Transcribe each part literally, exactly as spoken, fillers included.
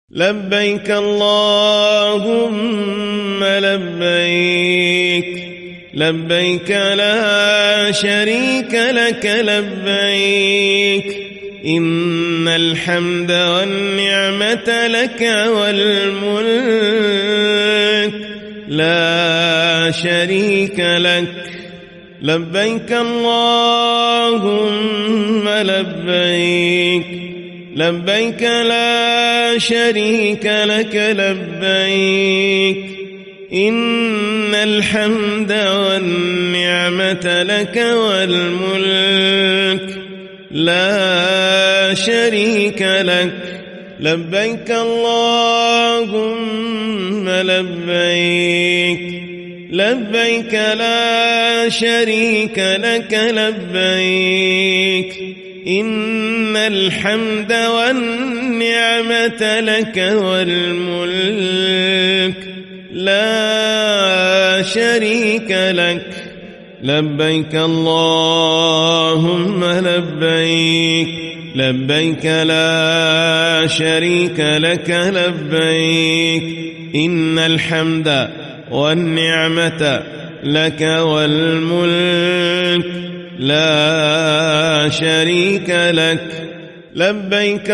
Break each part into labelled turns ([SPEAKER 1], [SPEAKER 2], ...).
[SPEAKER 1] لبيك اللهم لبيك لبيك لا شريك لك لبيك إن الحمد والنعمة لك والملك لا شريك لك لبيك اللهم لبيك لبيك لا شريك لك لبيك إن الحمد والنعمة لك والملك لا شريك لك لبيك اللهم لبيك لبيك لا شريك لك لبيك إن الحمد والنعمة لك والملك لا شريك لك لبيك اللهم لبيك لبيك لا شريك لك لبيك إن الحمد والنعمة لك والملك لا شريك لك لبيك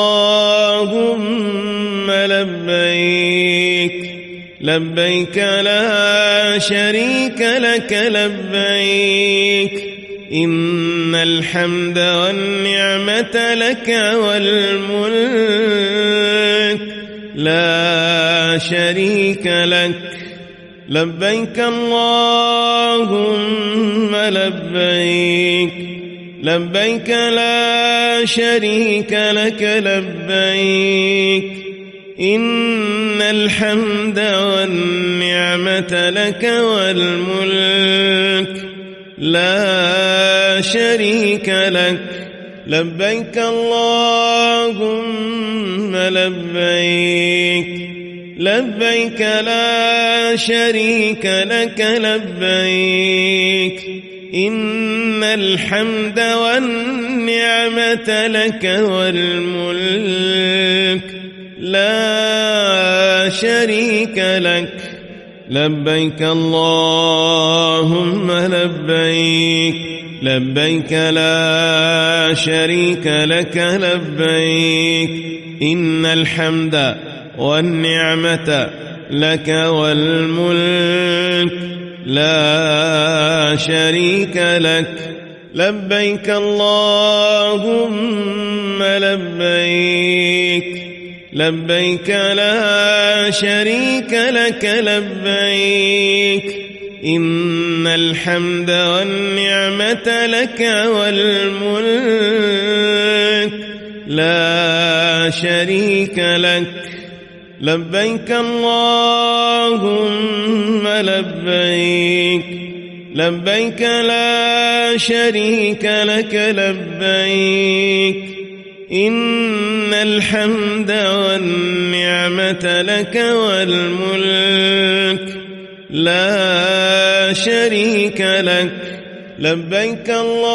[SPEAKER 1] اللهم لبيك لبيك لا شريك لك لبيك إن الحمد والنعمة لك والملك لا شريك لك لبيك اللهم لبيك لبيك لا شريك لك لبيك إن الحمد والنعمة لك والملك لا شريك لك لبيك اللهم لبيك لبيك لا شريك لك لبيك إن الحمد والنعمة لك والملك لا شريك لك لبيك اللهم لبيك لبيك لا شريك لك لبيك إن الحمد والنعمة لك والملك لا شريك لك لبيك اللهم لبيك لبيك لا شريك لك لبيك إن الحمد والنعمة لك والملك لا شريك لك لبيك اللهم لبيك لبيك لا شريك لك لبيك إن الحمد والنعمة لك والملك لا شريك لك لبيك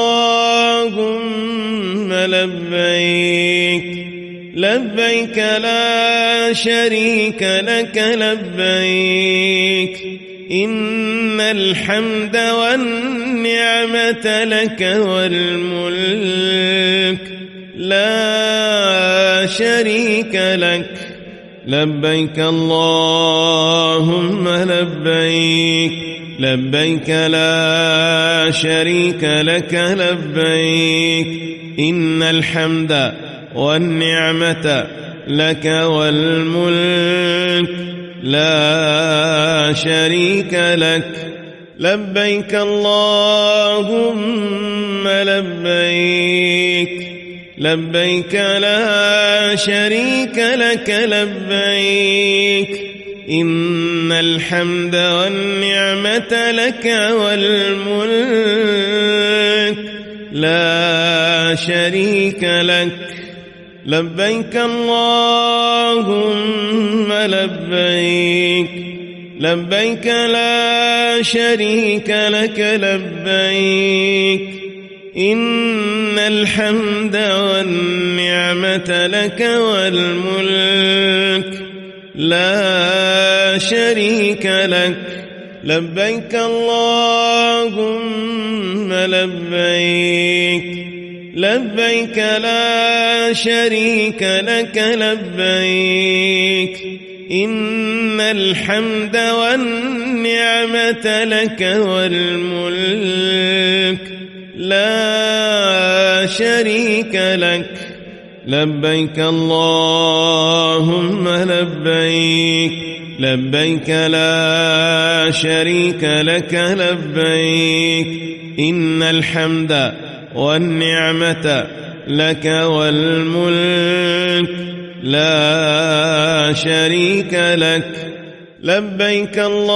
[SPEAKER 1] اللهم لبيك لبيك لا شريك لك لبيك إن الحمد والنعمة لك والملك لا شريك لك لبيك اللهم لبيك لبيك لا شريك لك لبيك إن الحمد والنعمة لك والملك لا شريك لك لبيك اللهم لبيك لبيك لا شريك لك لبيك إن الحمد والنعمة لك والملك لا شريك لك لبيك اللهم لبيك لبيك لا شريك لك لبيك إن الحمد والنعمة لك والملك لا شريك لك لبيك اللهم لبيك لبيك لا شريك لك لبيك إن الحمد والنعمة لك والملك لا شريك لك لبيك اللهم لبيك لبيك لا شريك لك لبيك إن الحمد والنعمة لك والملك لا شريك لك لبيك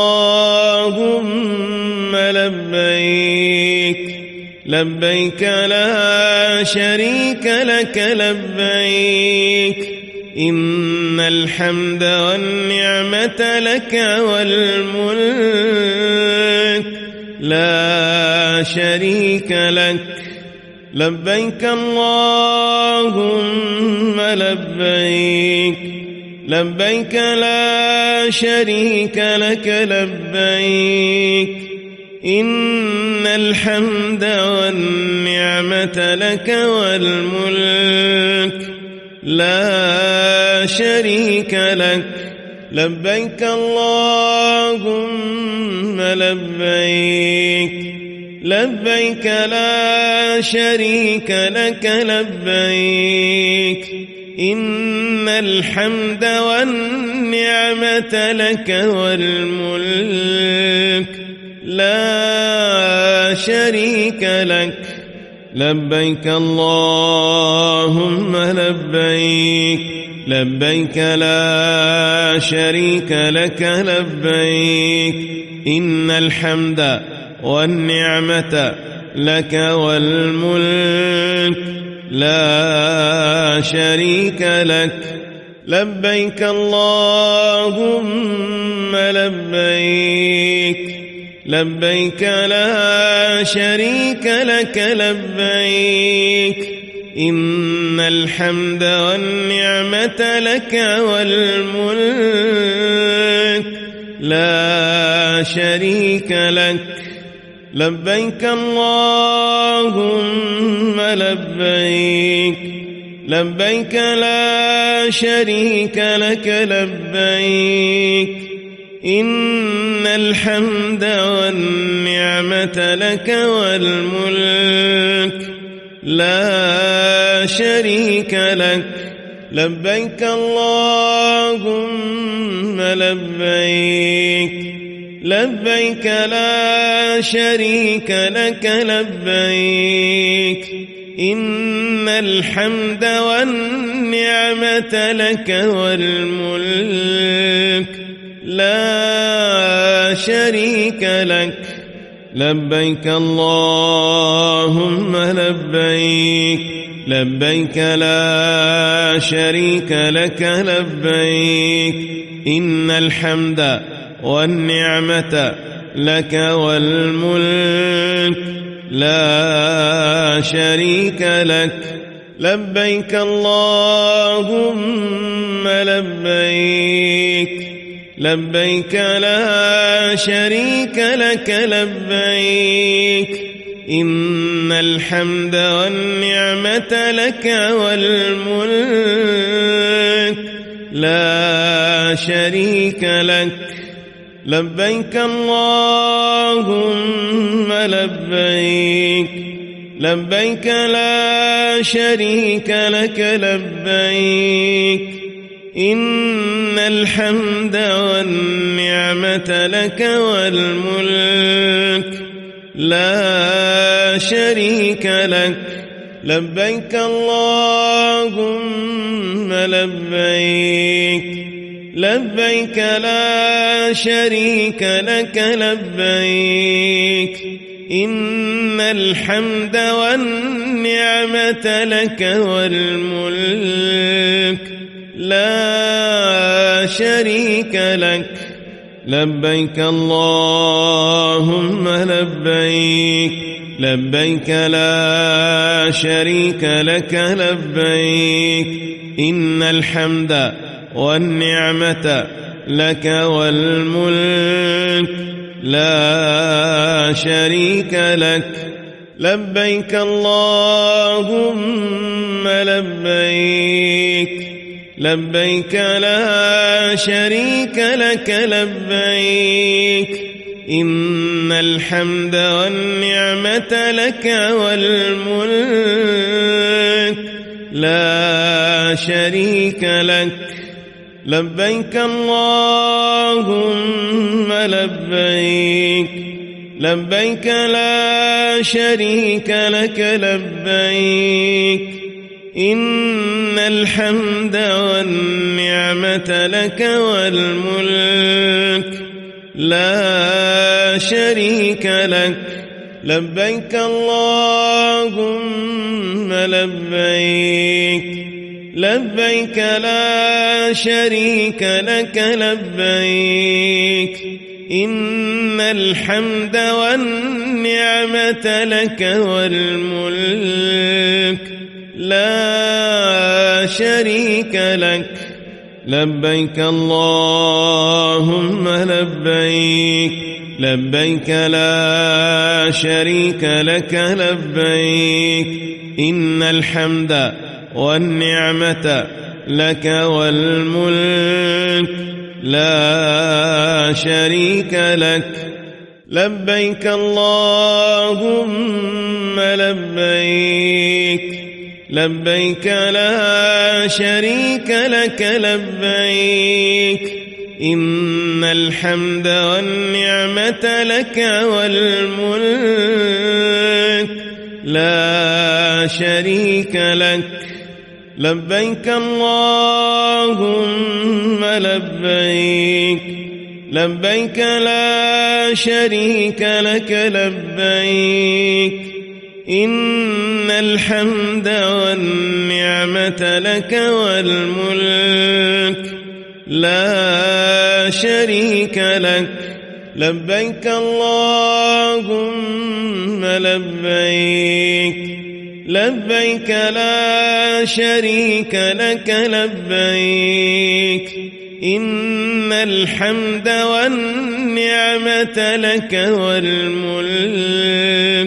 [SPEAKER 1] اللهم لبيك لبيك لا شريك لك لبيك إن الحمد والنعمة لك والملك لا شريك لك لبيك اللهم لبيك لبيك لا شريك لك لبيك إن الحمد والنعمة لك والملك لا شريك لك لبيك اللهم لبيك لبيك لا شريك لك لبيك إن الحمد والنعمة لك والملك لا شريك لك لبيك اللهم لبيك لبيك لا شريك لك لبيك إن الحمد والنعمة لك والملك لا شريك لك لبيك اللهم لبيك لبيك لا شريك لك لبيك إن الحمد والنعمة لك والملك لا شريك لك لبيك اللهم لبيك لبيك لا شريك لك لبيك إن الحمد والنعمة لك والملك لا شريك لك لبيك اللهم لبيك لبيك لا شريك لك لبيك إن الحمد والنعمة لك والملك لا شريك لك لبيك اللهم لبيك لبيك لا شريك لك لبيك إن الحمد والنعمة لك والملك لا شريك لك لبيك اللهم لبيك لبيك لا شريك لك لبيك إن الحمد والنعمة لك والملك لا شريك لك لبيك اللهم لبيك لبيك لا شريك لك لبيك إن الحمد والنعمة لك والملك لا شريك لك لبيك اللهم لبيك لبيك لا شريك لك لبيك إن الحمد والنعمة لك والملك لا شريك لك لبيك اللهم لبيك لبيك لا شريك لك لبيك إن الحمد والنعمة لك والملك لا شريك لك. لبيك اللهم لبيك لبيك لا شريك لك لبيك إن الحمد والنعمة لك والملك لا شريك لك. لبيك اللهم لبيك لبيك لا شريك لك لبيك إن الحمد والنعمة لك والملك لا شريك لك. لبيك اللهم لبيك لبيك لا شريك لك لبيك إن الحمد والنعمة لك والملك لا شريك لك. لبيك اللهم لبيك لبيك لا شريك لك لبيك إن الحمد والنعمة لك والملك لا شريك لك. لبيك اللهم لبيك لبيك لا شريك لك لبيك إن الحمد والنعمة لك والملك لا شريك لك. لبيك اللهم لبيك لبيك لا شريك لك لبيك إن الحمد والنعمة لك والملك لا شريك لك. لبيك اللهم لبيك لبيك لا شريك لك لبيك إن الحمد والنعمة لك والملك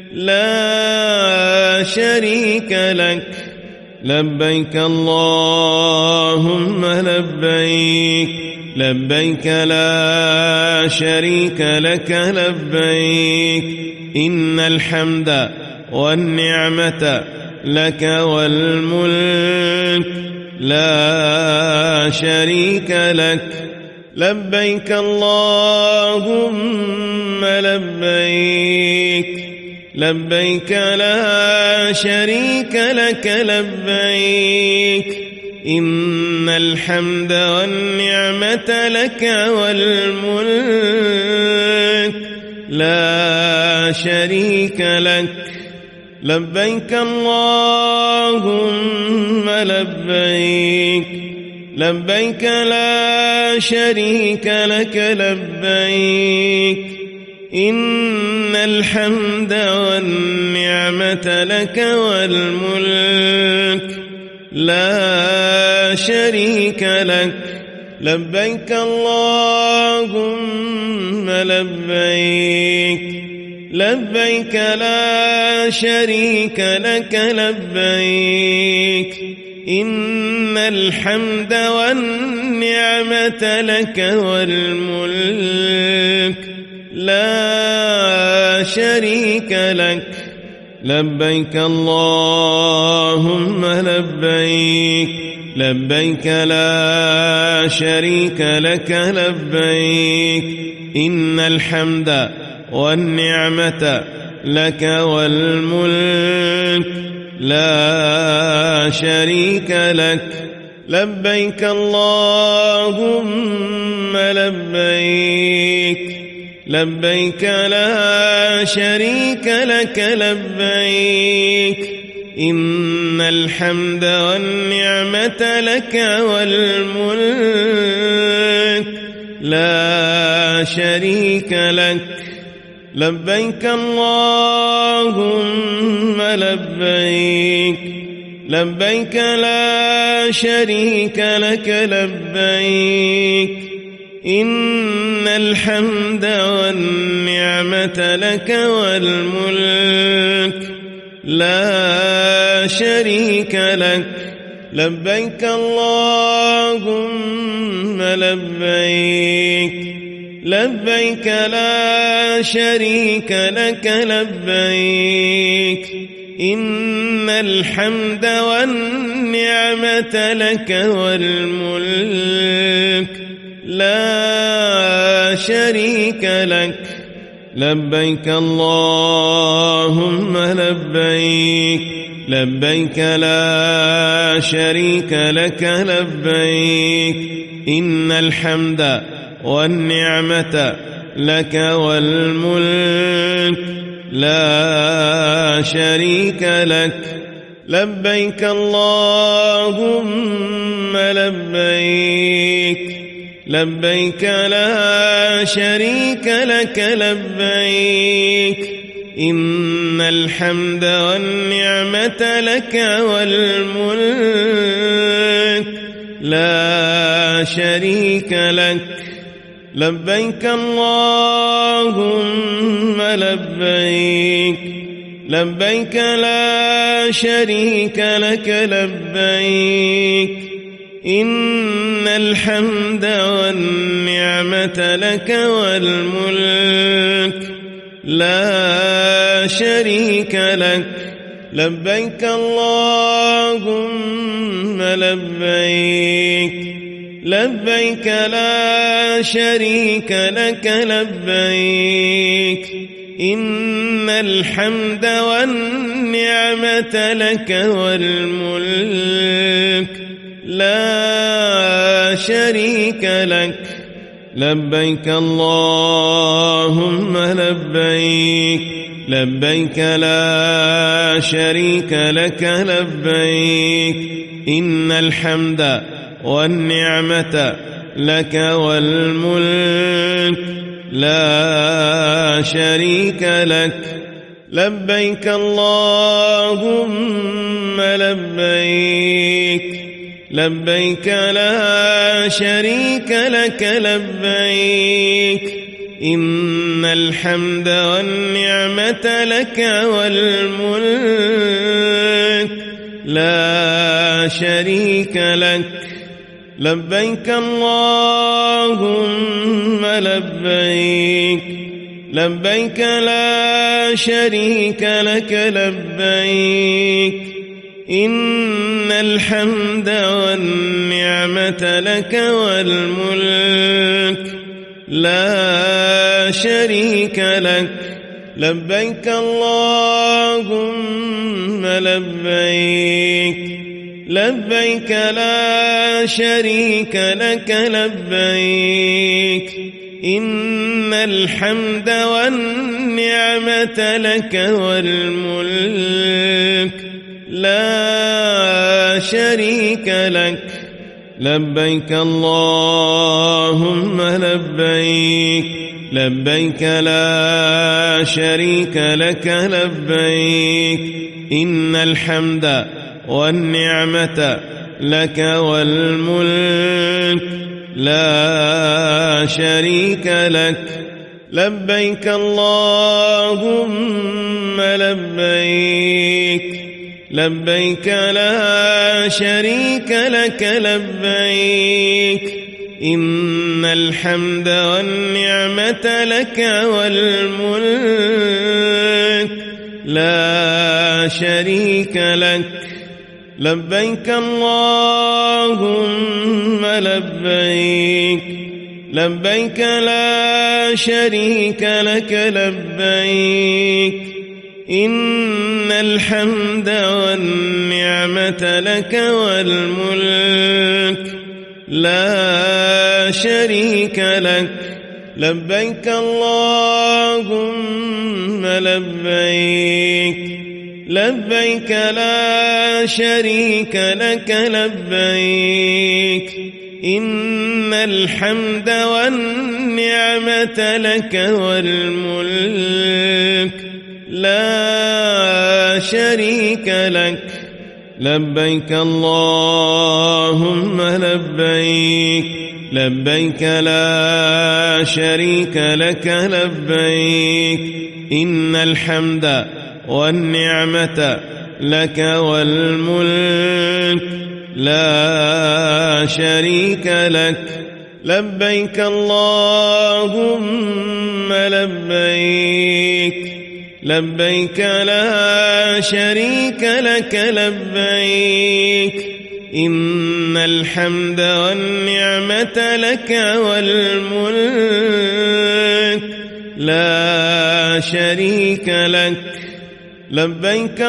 [SPEAKER 1] لا شريك لك. لبيك اللهم لبيك لبيك لا شريك لك لبيك إن الحمد والنعمة لك والملك لا شريك لك. لبيك اللهم لبيك لبيك لا شريك لك لبيك إن الحمد والنعمة لك والملك لا شريك لك. لبيك اللهم لبيك لبيك لا شريك لك لبيك إن الحمد والنعمة لك والملك لا شريك لك. لبيك اللهم لبيك لبيك لا شريك لك لبيك إن الحمد والنعمة لك والملك لا شريك لك. لبيك اللهم لبيك لبيك لا شريك لك لبيك إن الحمد والنعمة لك والملك لا شريك لك. لبيك اللهم لبيك لبيك لا شريك لك لبيك إن الحمد والنعمة لك والملك لا شريك لك. لبيك اللهم لبيك لبيك لا شريك لك لبيك إن الحمد والنعمة لك والملك لا شريك لك لبيك اللهم لبيك لبيك لا شريك لك لبيك إن الحمد والنعمة لك والملك لا شريك لك لبيك اللهم لبيك لبيك لا شريك لك لبيك إن الحمد والنعمة لك والملك لا شريك لك لبيك اللهم لبيك لبيك لا شريك لك لبيك إن الحمد والنعمة لك والملك لا شريك لك لبيك اللهم لبيك لبيك لا شريك لك لبيك إن الحمد والنعمة لك والملك لا شريك لك لبيك اللهم لبيك لبيك لا شريك لك لبيك إن الحمد والنعمة لك والملك لا شريك لك لبيك اللهم لبيك لبيك لا شريك لك لبيك إن الحمد والنعمة لك والملك لا شريك لك لبيك اللهم لبيك لبيك لا شريك لك لبيك إن الحمد والنعمة لك والملك لا شريك لك لبيك اللهم لبيك لبيك لا شريك لك لبيك إن الحمد والنعمة لك والملك لا شريك لك لبيك اللهم لبيك لبيك لا شريك لك لبيك إن الحمد والنعمة لك والملك لا شريك لك لبيك اللهم لبيك لبيك لا شريك لك لبيك إن الحمد والنعمة لك والملك لا شريك لك لبيك اللهم لبيك لبيك لا شريك لك لبيك إن الحمد والنعمة لك والملك لا شريك لك لبيك اللهم لبيك لبيك لا شريك لك لبيك إن الحمد والنعمة لك والملك لا شريك لك لبيك اللهم لبيك لبيك لا شريك لك لبيك إن الحمد والنعمة لك والملك لا شريك لك لبيك اللهم لبيك لبيك لا شريك لك لبيك إن الحمد والنعمة لك والملك لا شريك لك لبيك اللهم لبيك لبيك لا شريك لك لبيك إن الحمد والنعمة لك والملك لا شريك لك لبيك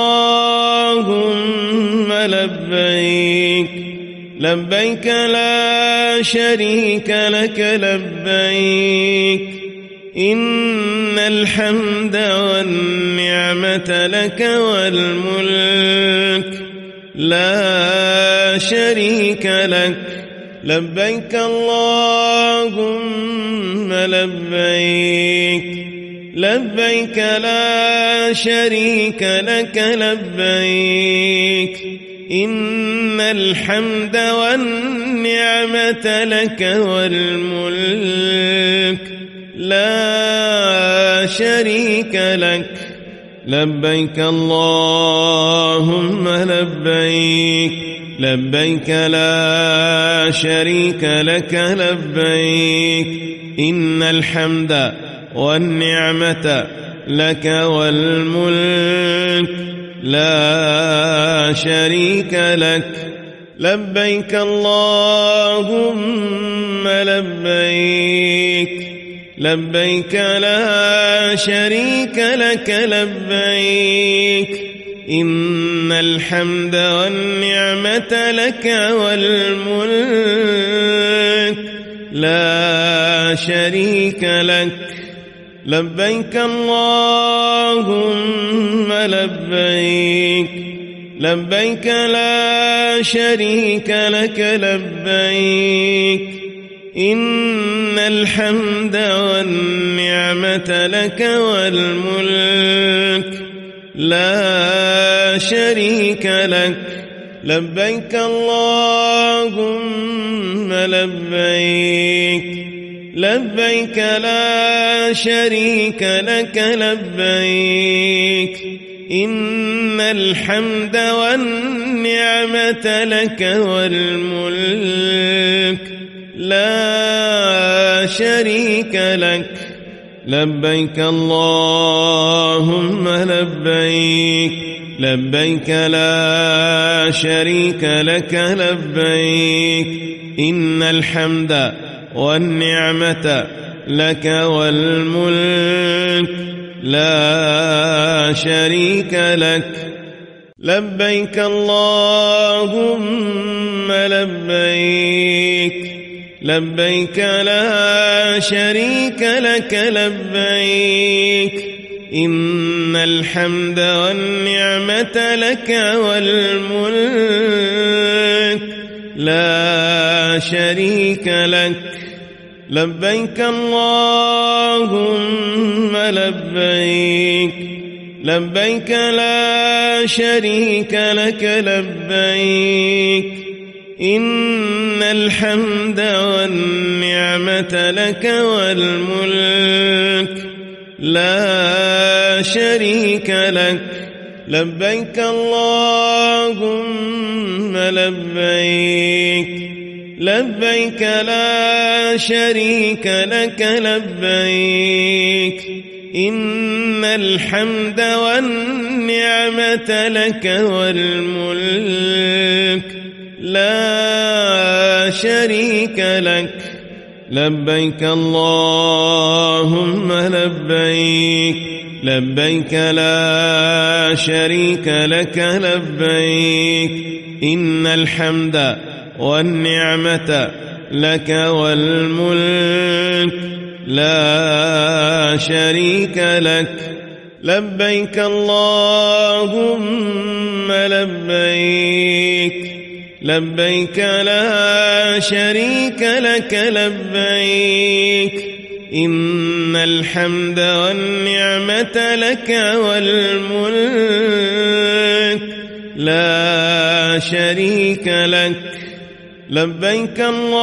[SPEAKER 1] اللهم لبيك لبيك لا شريك لك لبيك إن الحمد والنعمة لك والملك لا شريك لك لبيك اللهم لبيك لبيك لا شريك لك لبيك إن الحمد والنعمة لك والملك لا شريك لك لبيك اللهم لبيك لبيك لا شريك لك لبيك إن الحمد والنعمة لك والملك لا شريك لك لبيك اللهم لبيك لبيك لا شريك لك لبيك إن الحمد والنعمة لك والملك لا شريك لك لبيك اللهم لبيك لبيك لا شريك لك لبيك إن الحمد والنعمة لك والملك لا شريك لك لبيك اللهم لبيك لبيك لا شريك لك لبيك إن الحمد والنعمة لك والملك لا شريك لك لبيك اللهم لبيك لبيك لا شريك لك لبيك إن الحمد والنعمة لك والملك لا شريك لك لبيك اللهم لبيك لبيك لا شريك لك لبيك إن الحمد والنعمة لك والملك لا شريك لك لبيك اللهم لبيك لبيك لا شريك لك لبيك إن الحمد والنعمة لك والملك لا شريك لك لبيك اللهم لبيك لبيك لا شريك لك لبيك إن الحمد والنعمة لك والملك لا شريك لك لبيك اللهم لبيك لبيك لا شريك لك لبيك إن الحمد والنعمة لك والملك لا شريك لك لبيك اللهم لبيك لبيك لا شريك لك لبيك إن الحمد والنعمة لك والملك لا شريك لك لبيك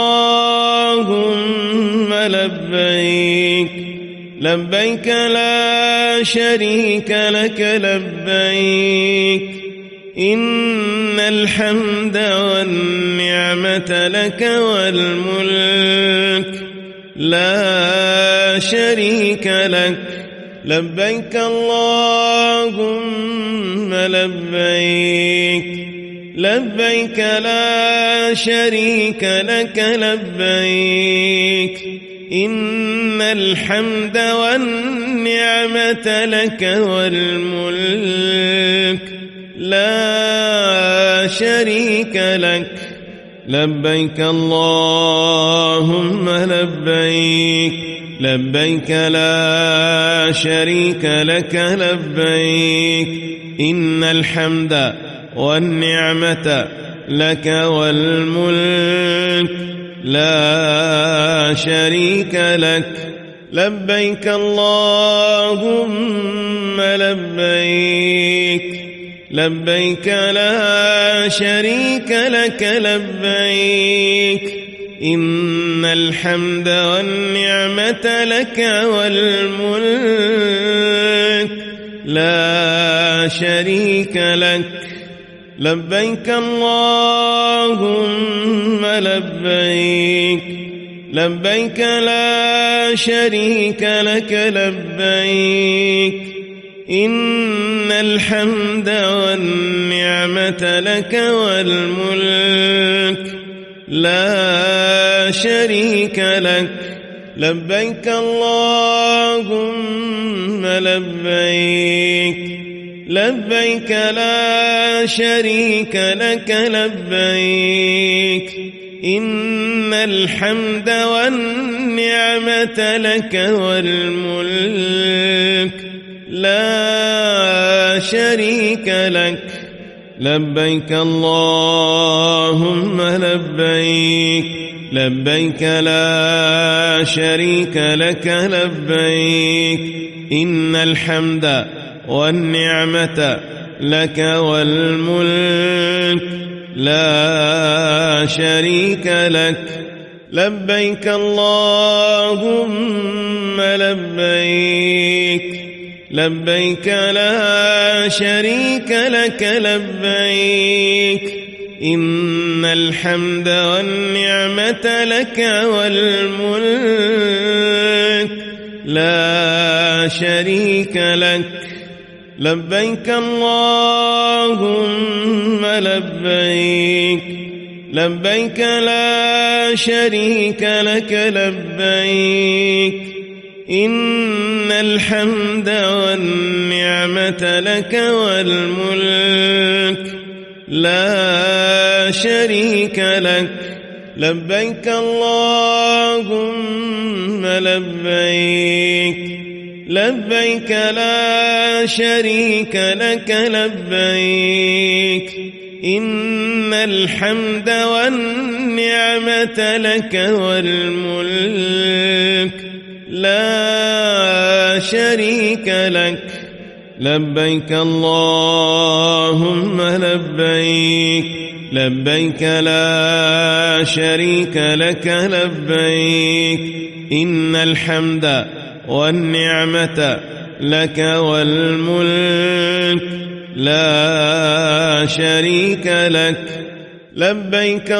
[SPEAKER 1] اللهم لبيك لبيك لا شريك لك لبيك إن الحمد والنعمة لك والملك لا شريك لك لبيك اللهم لبيك لبيك لا شريك لك لبيك إن الحمد والنعمة لك والملك لا شريك لك لبيك اللهم لبيك لبيك لا شريك لك لبيك إن الحمد والنعمة لك والملك لا شريك لك لبيك اللهم لبيك لبيك لا شريك لك لبيك إن الحمد والنعمة لك والملك لا شريك لك لبيك اللهم لبيك لبيك لا شريك لك لبيك إن الحمد والنعمة لك والملك لا شريك لك لبيك اللهم لبيك لبيك لا شريك لك لبيك إن الحمد والنعمة لك والملك لا شريك لك لبيك اللهم لبيك لبيك لا شريك لك لبيك إن الحمد والنعمة لك والملك لا شريك لك لبيك اللهم لبيك لبيك لا شريك لك لبيك إن الحمد والنعمة لك والملك لا شريك لك لبيك اللهم لبيك لبيك لا شريك لك لبيك إن الحمد والنعمة لك والملك لا شريك لك لبيك اللهم لبيك لبيك لا شريك لك لبيك إن الحمد والنعمة لك والملك لا شريك لك لبيك اللهم لبيك لبيك لا شريك لك لبيك إن الحمد والنعمة لك والملك لا شريك لك لبيك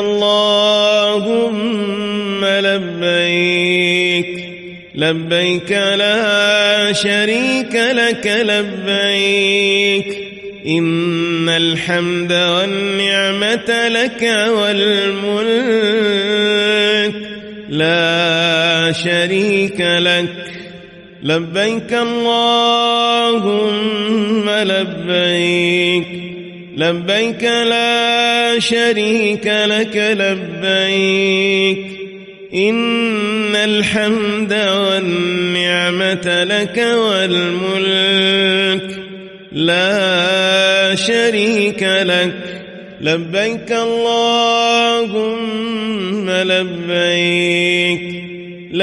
[SPEAKER 1] اللهم لبيك لبيك لا شريك لك لبيك إن الحمد والنعمة لك والملك لا شريك لك لبيك اللهم لبيك لبيك لا شريك لك لبيك إن الحمد والنعمة لك والملك لا شريك لك لبيك اللهم لبيك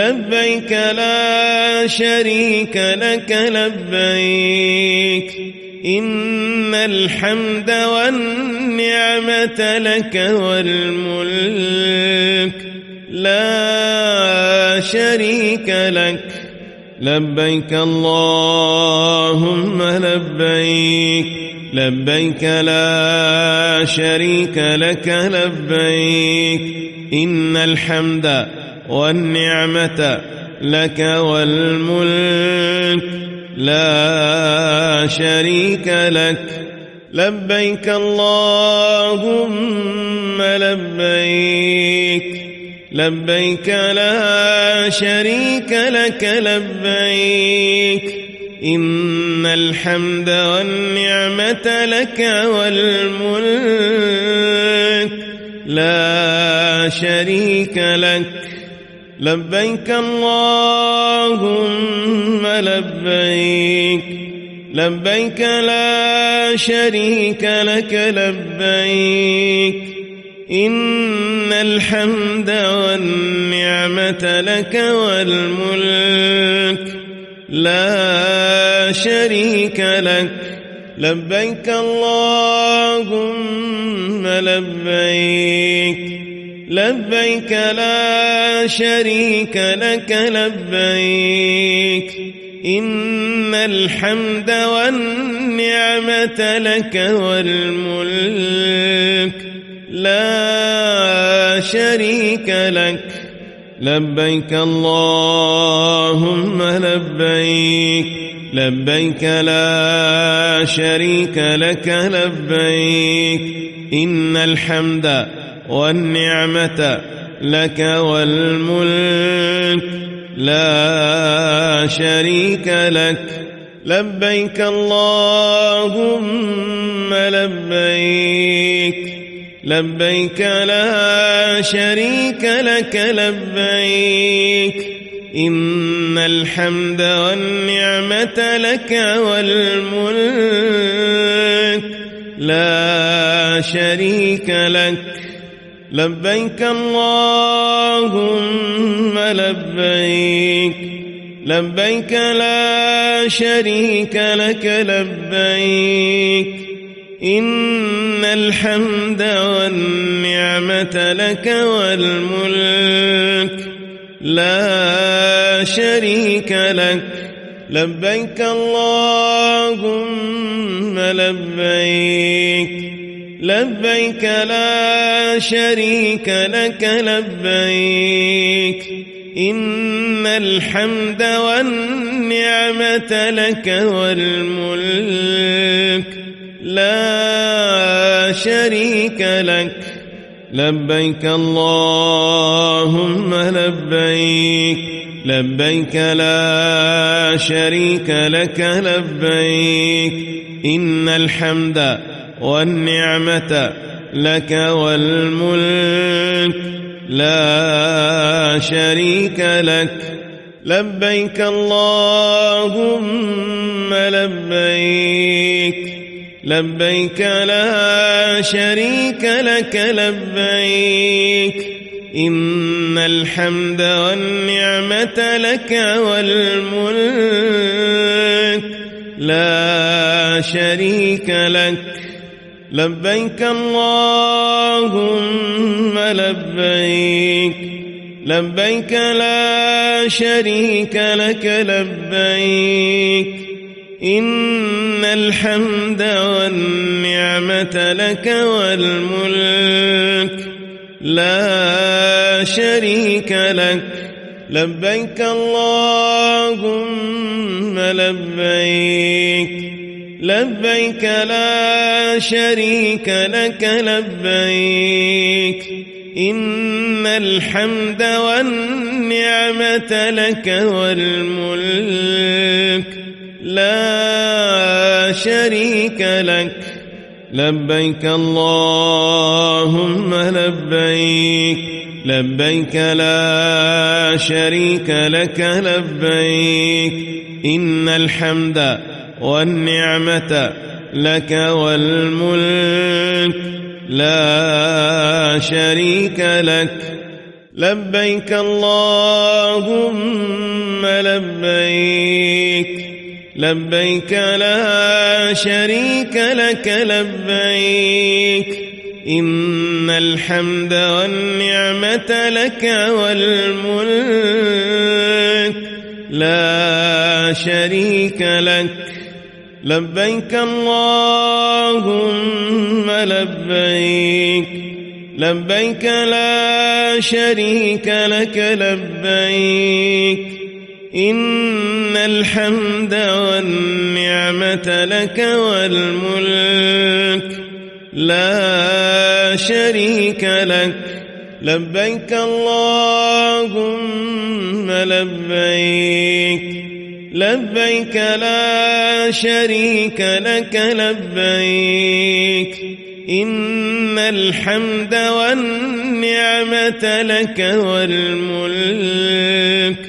[SPEAKER 1] لبيك لا شريك لك لبيك إن الحمد والنعمة لك والملك لا شريك لك. لبيك اللهم لبيك لبيك لا شريك لك لبيك إن الحمد والنعمة لك والملك لا شريك لك. لبيك اللهم لبيك لبيك لا شريك لك لبيك إن الحمد والنعمة لك والملك لا شريك لك. لبيك اللهم لبيك لبيك لا شريك لك لبيك إن الحمد والنعمة لك والملك لا شريك لك. لبيك اللهم لبيك لبيك لا شريك لك لبيك إن الحمد والنعمة لك والملك لا شريك لك. لبيك اللهم لبيك لبيك لا شريك لك لبيك إن الحمد والنعمة لك والملك لا شريك لك. لبيك اللهم لبيك لبيك لا شريك لك لبيك إن الحمد والنعمة لك والملك لا شريك لك. لبيك اللهم لبيك لبيك لا شريك لك لبيك إن الحمد والنعمة لك والملك لا شريك لك. لبيك اللهم لبيك لبيك لا شريك لك لبيك إن الحمد والنعمة لك والملك لا شريك لك. لبيك اللهم لبيك لبيك لا شريك لك لبيك إن الحمد والنعمة لك والملك لا شريك لك. لبيك اللهم لبيك لبيك لا شريك لك لبيك إن الحمد والنعمة لك والملك لا شريك لك. لبيك اللهم لبيك لبيك لا شريك لك لبيك إن الحمد والنعمة لك والملك لا شريك لك. لبيك اللهم لبيك لبيك لا شريك لك لبيك إن الحمد والنعمة لك والملك لا شريك لك. لبيك اللهم لبيك لبيك لا شريك لك لبيك إن الحمد والنعمة لك والملك لا شريك لك. لبيك اللهم لبيك لبيك لا شريك لك لبيك إن الحمد والنعمة لك والملك لا شريك لك لبيك اللهم لبيك لبيك لا شريك لك لبيك إن الحمد والنعمة لك والملك لا شريك لك لبيك اللهم لبيك لبيك لا شريك لك لبيك إن الحمد والنعمة لك والملك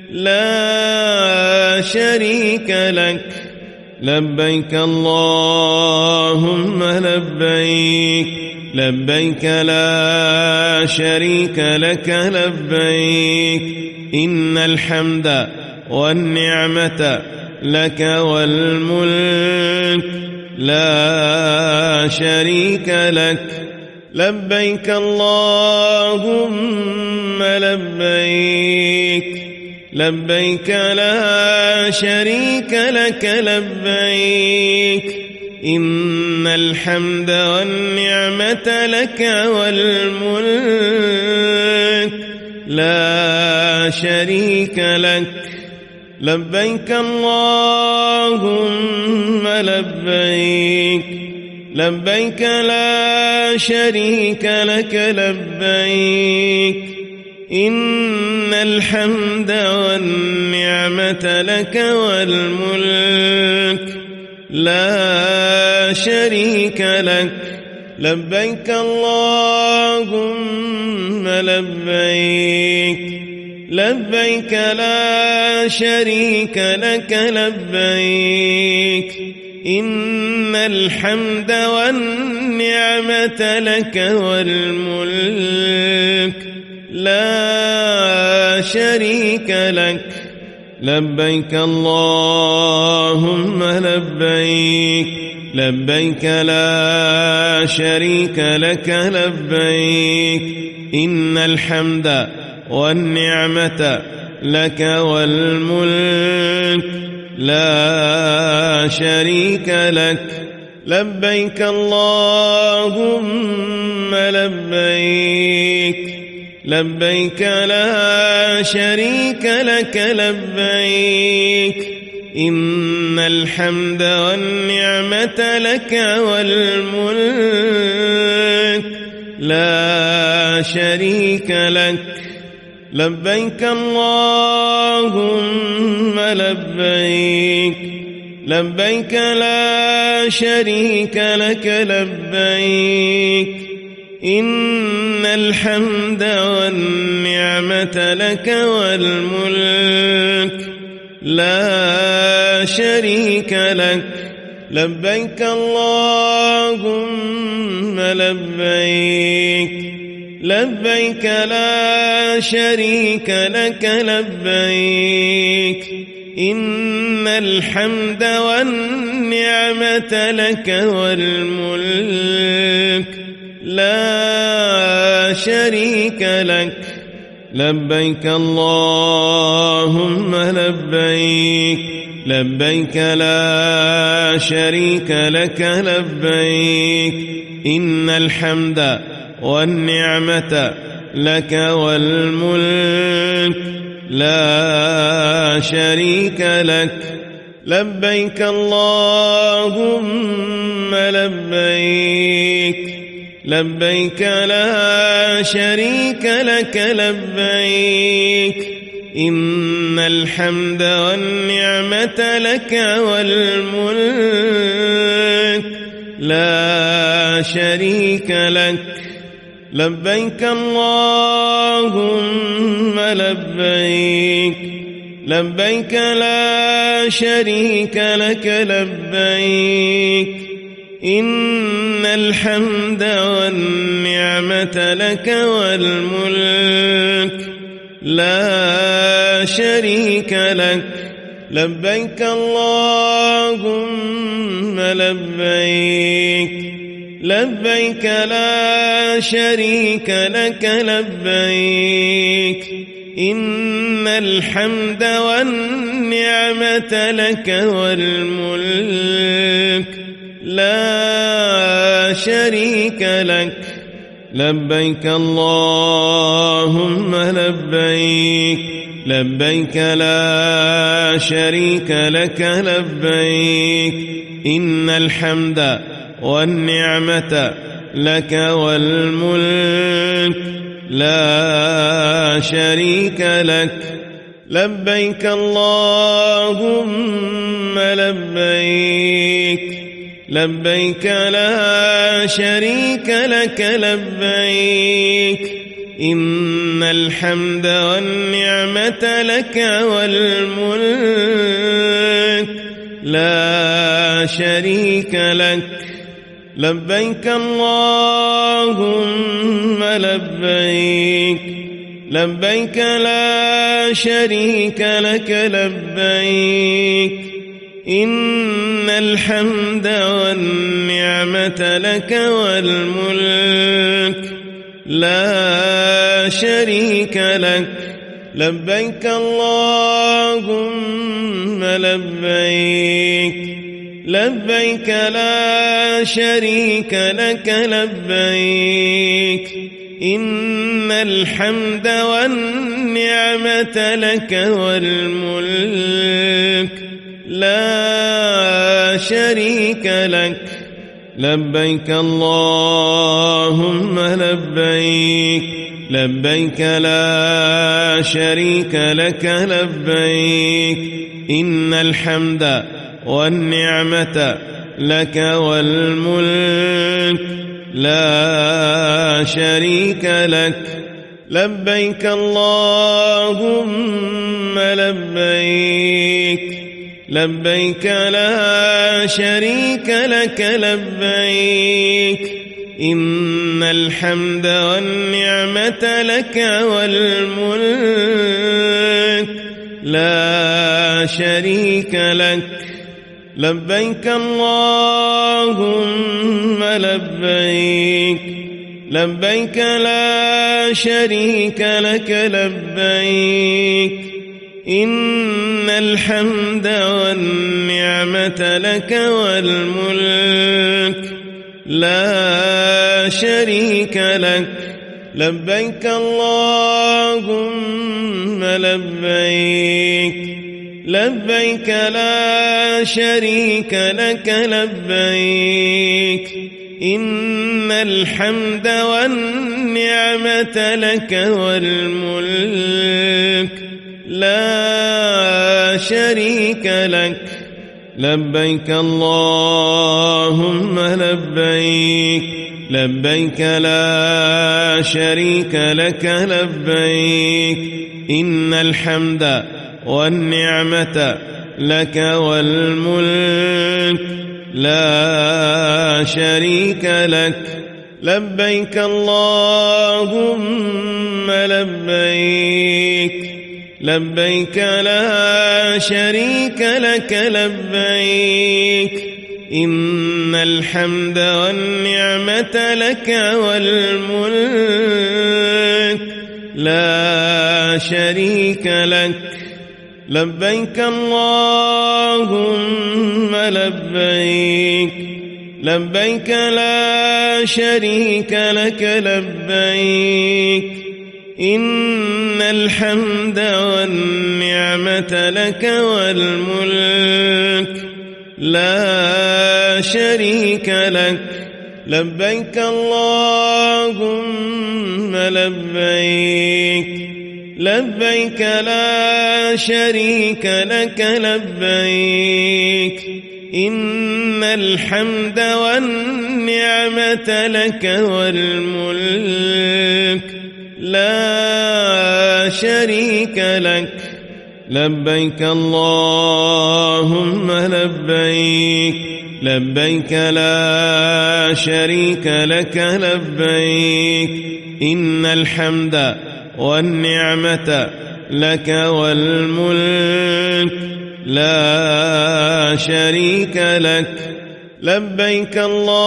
[SPEAKER 1] لا شريك لك لبيك اللهم لبيك لبيك لا شريك لك لبيك إن الحمد والنعمة لك والملك لا شريك لك لبيك اللهم لبيك لبيك لا شريك لك لبيك إن الحمد والنعمة لك والملك لا شريك لك لبيك اللهم لبيك لبيك لا شريك لك لبيك إن الحمد والنعمة لك والملك لا شريك لك لبيك اللهم لبيك لبيك لا شريك لك لبيك إن الحمد والنعمة لك والملك لا شريك لك لبيك اللهم لبيك لبيك لا شريك لك لبيك إن الحمد والنعمة لك والملك لا شريك لك لبيك اللهم لبيك لبيك لا شريك لك لبيك إن الحمد والنعمة لك والملك لا شريك لك لبيك اللهم لبيك لبيك لا شريك لك لبيك إن الحمد والنعمة لك والملك لا شريك لك لبيك اللهم لبيك لبيك لا شريك لك لبيك إن الحمد والنعمة لك والملك لا شريك لك لبيك اللهم لبيك لبيك لا شريك لك لبيك إن الحمد والنعمة لك والملك لا شريك لك لبيك اللهم لبيك لبيك لا شريك لك لبيك إن الحمد والنعمة لك والملك لا شريك لك لبيك اللهم لبيك لبيك لا شريك لك لبيك إن الحمد والنعمة لك والملك لا شريك لك لبيك اللهم لبيك لبيك لا شريك لك لبيك إن الحمد والنعمة لك والملك لا شريك لك لبيك اللهم لبيك لبيك لا شريك لك لبيك إن الحمد والنعمة لك والملك لا شريك لك لبيك اللهم لبيك لبيك لا شريك لك لبيك إن الحمد والنعمة لك والملك لا شريك لك لبيك اللهم لبيك لبيك لا شريك لك لبيك إن الحمد والنعمة لك والملك لا شريك لك لبيك اللهم لبيك لبيك لا شريك لك لبيك إن الحمد والنعمة لك والملك لا شريك لك لبيك اللهم لبيك لبيك لا شريك لك لبيك إن الحمد والنعمة لك والملك لا شريك لك لبيك اللهم لبيك لبيك لا شريك لك لبيك إن الحمد والنعمة لك والملك لا شريك لك لبيك اللهم لبيك لبيك لا شريك لك لبيك إن الحمد والنعمة لك والملك لا شريك لك لبيك اللهم لبيك لبيك لا شريك لك لبيك إن الحمد والنعمة لك والملك لا شريك لك لبيك اللهم لبيك لبيك لا شريك لك لبيك إن الحمد والنعمة لك والملك لا شريك لك لبيك اللهم لبيك لبيك لا شريك لك لبيك إن الحمد والنعمة لك والملك لا شريك لك لبيك اللهم لبيك لبيك لا شريك لك لبيك إن الحمد والنعمة لك والملك لا شريك لك لبيك اللهم لبيك لبيك لا شريك لك لبيك إن الحمد والنعمة لك والملك لا شريك لك لبيك اللهم لبيك لبيك لا شريك لك لبيك إن الحمد والنعمة لك والملك لا شريك لك لبيك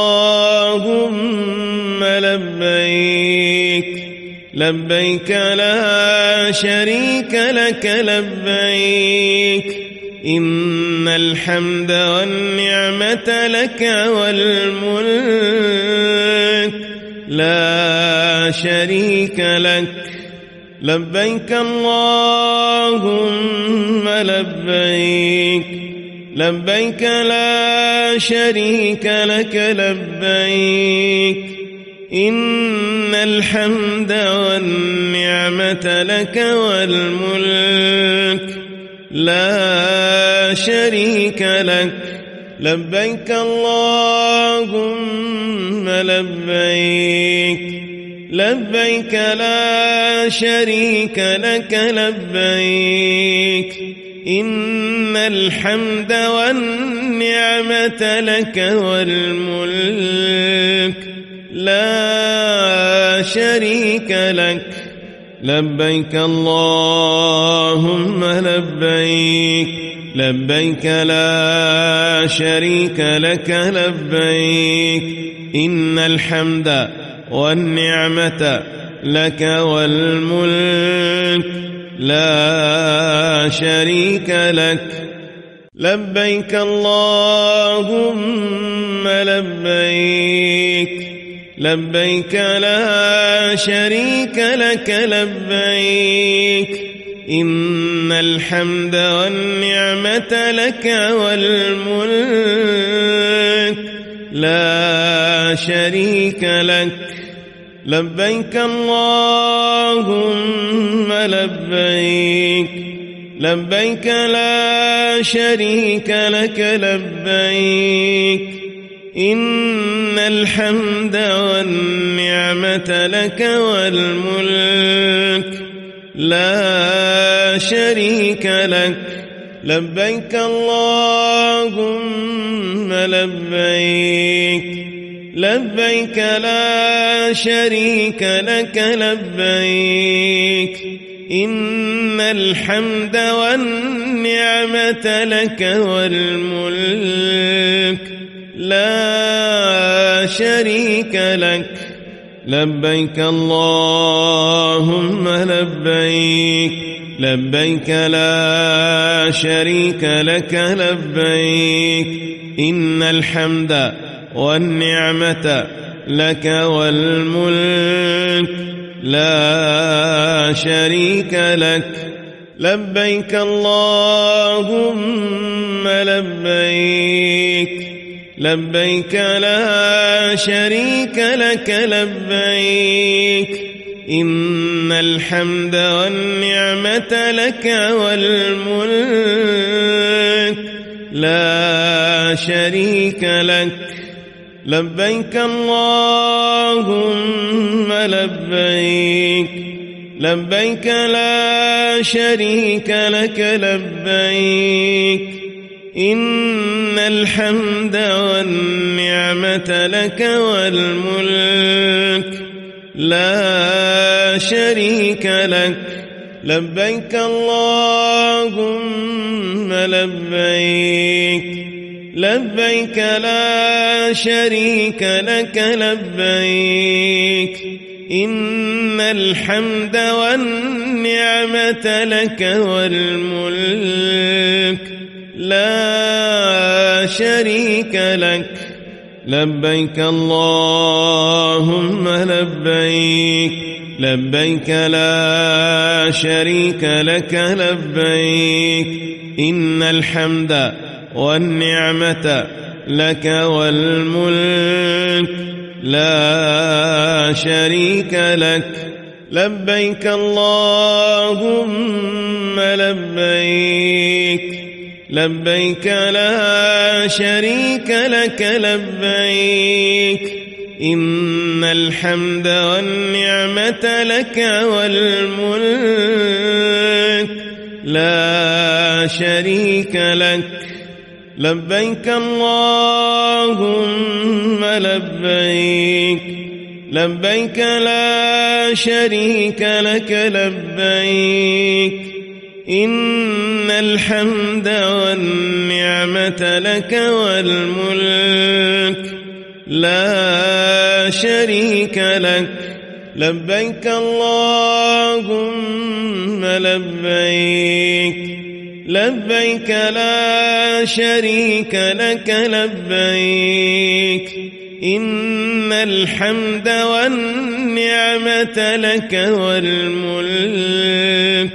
[SPEAKER 1] اللهم لبيك لبيك لا شريك لك لبيك إن الحمد والنعمة لك والملك لا شريك لك لبيك اللهم لبيك لبيك لا شريك لك لبيك إن الحمد والنعمة لك والملك لا شريك لك لبيك اللهم لبيك لبيك لا شريك لك لبيك إن الحمد والنعمة لك والملك لا شريك لك لبيك اللهم لبيك لبيك لا شريك لك لبيك إن الحمد والنعمة لك والملك لا شريك لك لبيك اللهم لبيك لبيك لا شريك لك لبيك إن الحمد والنعمة لك والملك لا شريك لك لبيك اللهم لبيك لبيك لا شريك لك لبيك إن الحمد والنعمة لك والملك لا شريك لك لبيك اللهم لبيك لبيك لا شريك لك لبيك إن الحمد والنعمة لك والملك لا شريك لك لبيك اللهم لبيك لبيك لا شريك لك لبيك إن الحمد والنعمة لك والملك لا شريك لك لبيك اللهم لبيك لبيك لا شريك لك لبيك إن الحمد والنعمة لك والملك لا شريك لك لبيك اللهم لبيك لبيك لا شريك لك لبيك إن الحمد والنعمة لك والملك لا شريك لك لبيك اللهم لبيك لبيك لا شريك لك لبيك إن الحمد والنعمة لك والملك لا شريك لك لبيك اللهم لبيك لبيك لا شريك لك لبيك إن الحمد والنعمة لك والملك لا شريك لك لبيك اللهم لبيك لبيك لا شريك لك لبيك إن الحمد والنعمة لك والملك لا شريك لك لبيك اللهم لبيك لبيك لا شريك لك لبيك إن الحمد والنعمة لك والملك لا شريك لك لبيك اللهم لبيك لبيك لا شريك لك لبيك إن الحمد والنعمة لك والملك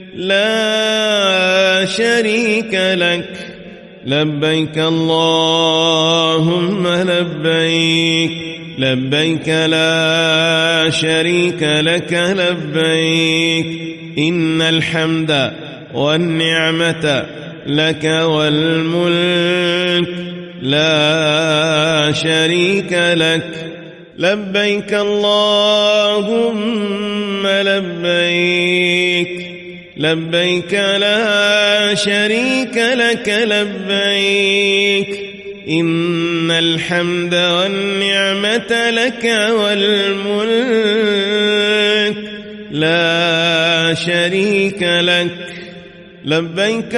[SPEAKER 1] لا شريك لك لبيك اللهم لبيك لبيك لا شريك لك لبيك إن الحمد والنعمة لك والملك لا شريك لك لبيك اللهم لبيك لبيك لا شريك لك لبيك إن الحمد والنعمة لك والملك لا شريك لك لبيك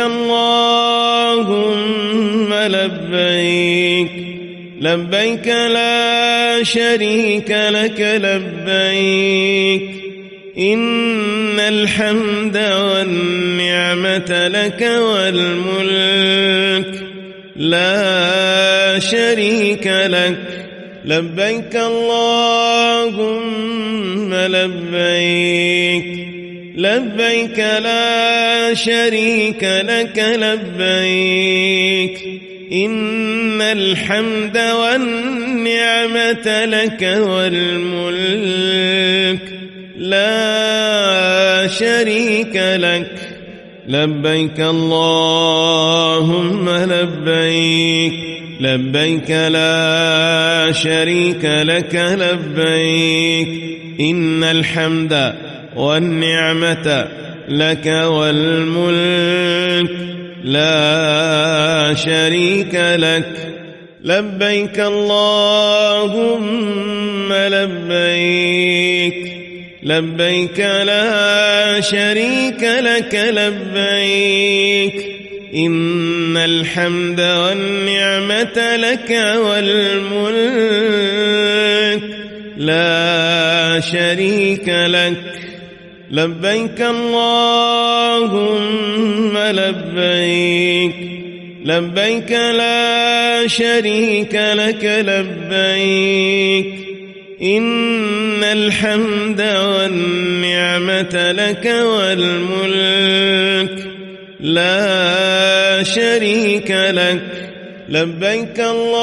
[SPEAKER 1] اللهم لبيك لبيك لا شريك لك لبيك إن الحمد والنعمة لك والملك لا شريك لك لبيك اللهم لبيك لبيك لا شريك لك لبيك إن الحمد والنعمة لك والملك لا شريك لك لبيك اللهم لبيك لبيك لا شريك لك لبيك إن الحمد والنعمة لك والملك لا شريك لك لبيك اللهم لبيك لبيك لا شريك لك لبيك إن الحمد والنعمة لك والملك لا شريك لك لبيك اللهم لبيك لبيك لا شريك لك لبيك إن الحمد والنعمة لك والملك لا شريك لك لبيك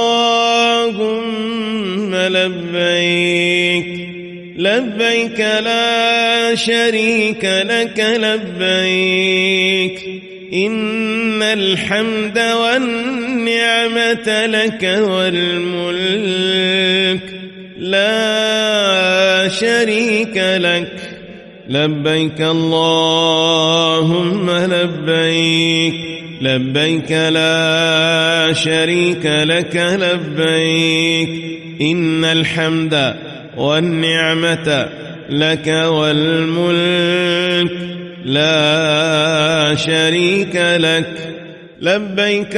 [SPEAKER 1] اللهم لبيك لبيك لا شريك لك لبيك إن الحمد والنعمة لك والملك لا شريك لك لبيك اللهم لبيك لبيك لا شريك لك لبيك إن الحمد والنعمة لك والملك لا شريك لك لبيك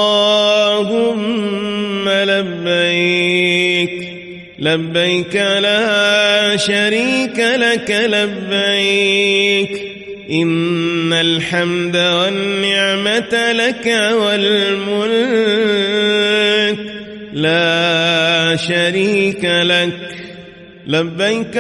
[SPEAKER 1] اللهم لبيك لبيك لا شريك لك لبيك إن الحمد والنعمة لك والملك لا شريك لك لبيك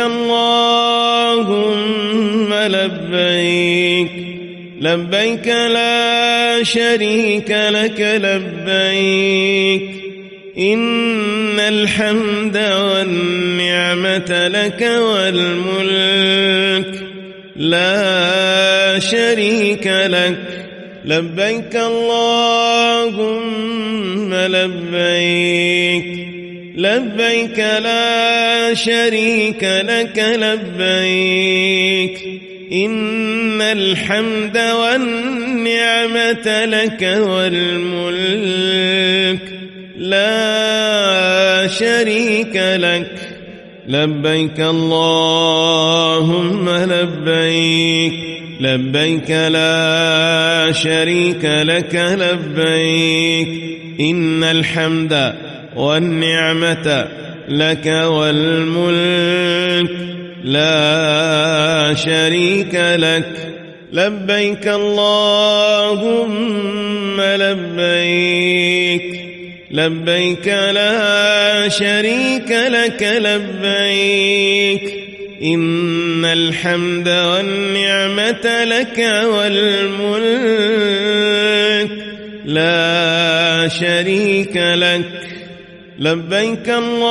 [SPEAKER 1] اللهم لبيك لبيك لا شريك لك لبيك إن الحمد والنعمة لك والملك لا شريك لك لبيك اللهم لبيك لبيك لا شريك لك لبيك إن الحمد والنعمة لك والملك لا شريك لك لبيك اللهم لبيك لبيك لا شريك لك لبيك إن الحمد والنعمة لك والملك لا شريك لك لبيك اللهم لبيك لبيك لا شريك لك لبيك إن الحمد والنعمة لك والملك لا شريك لك لبيك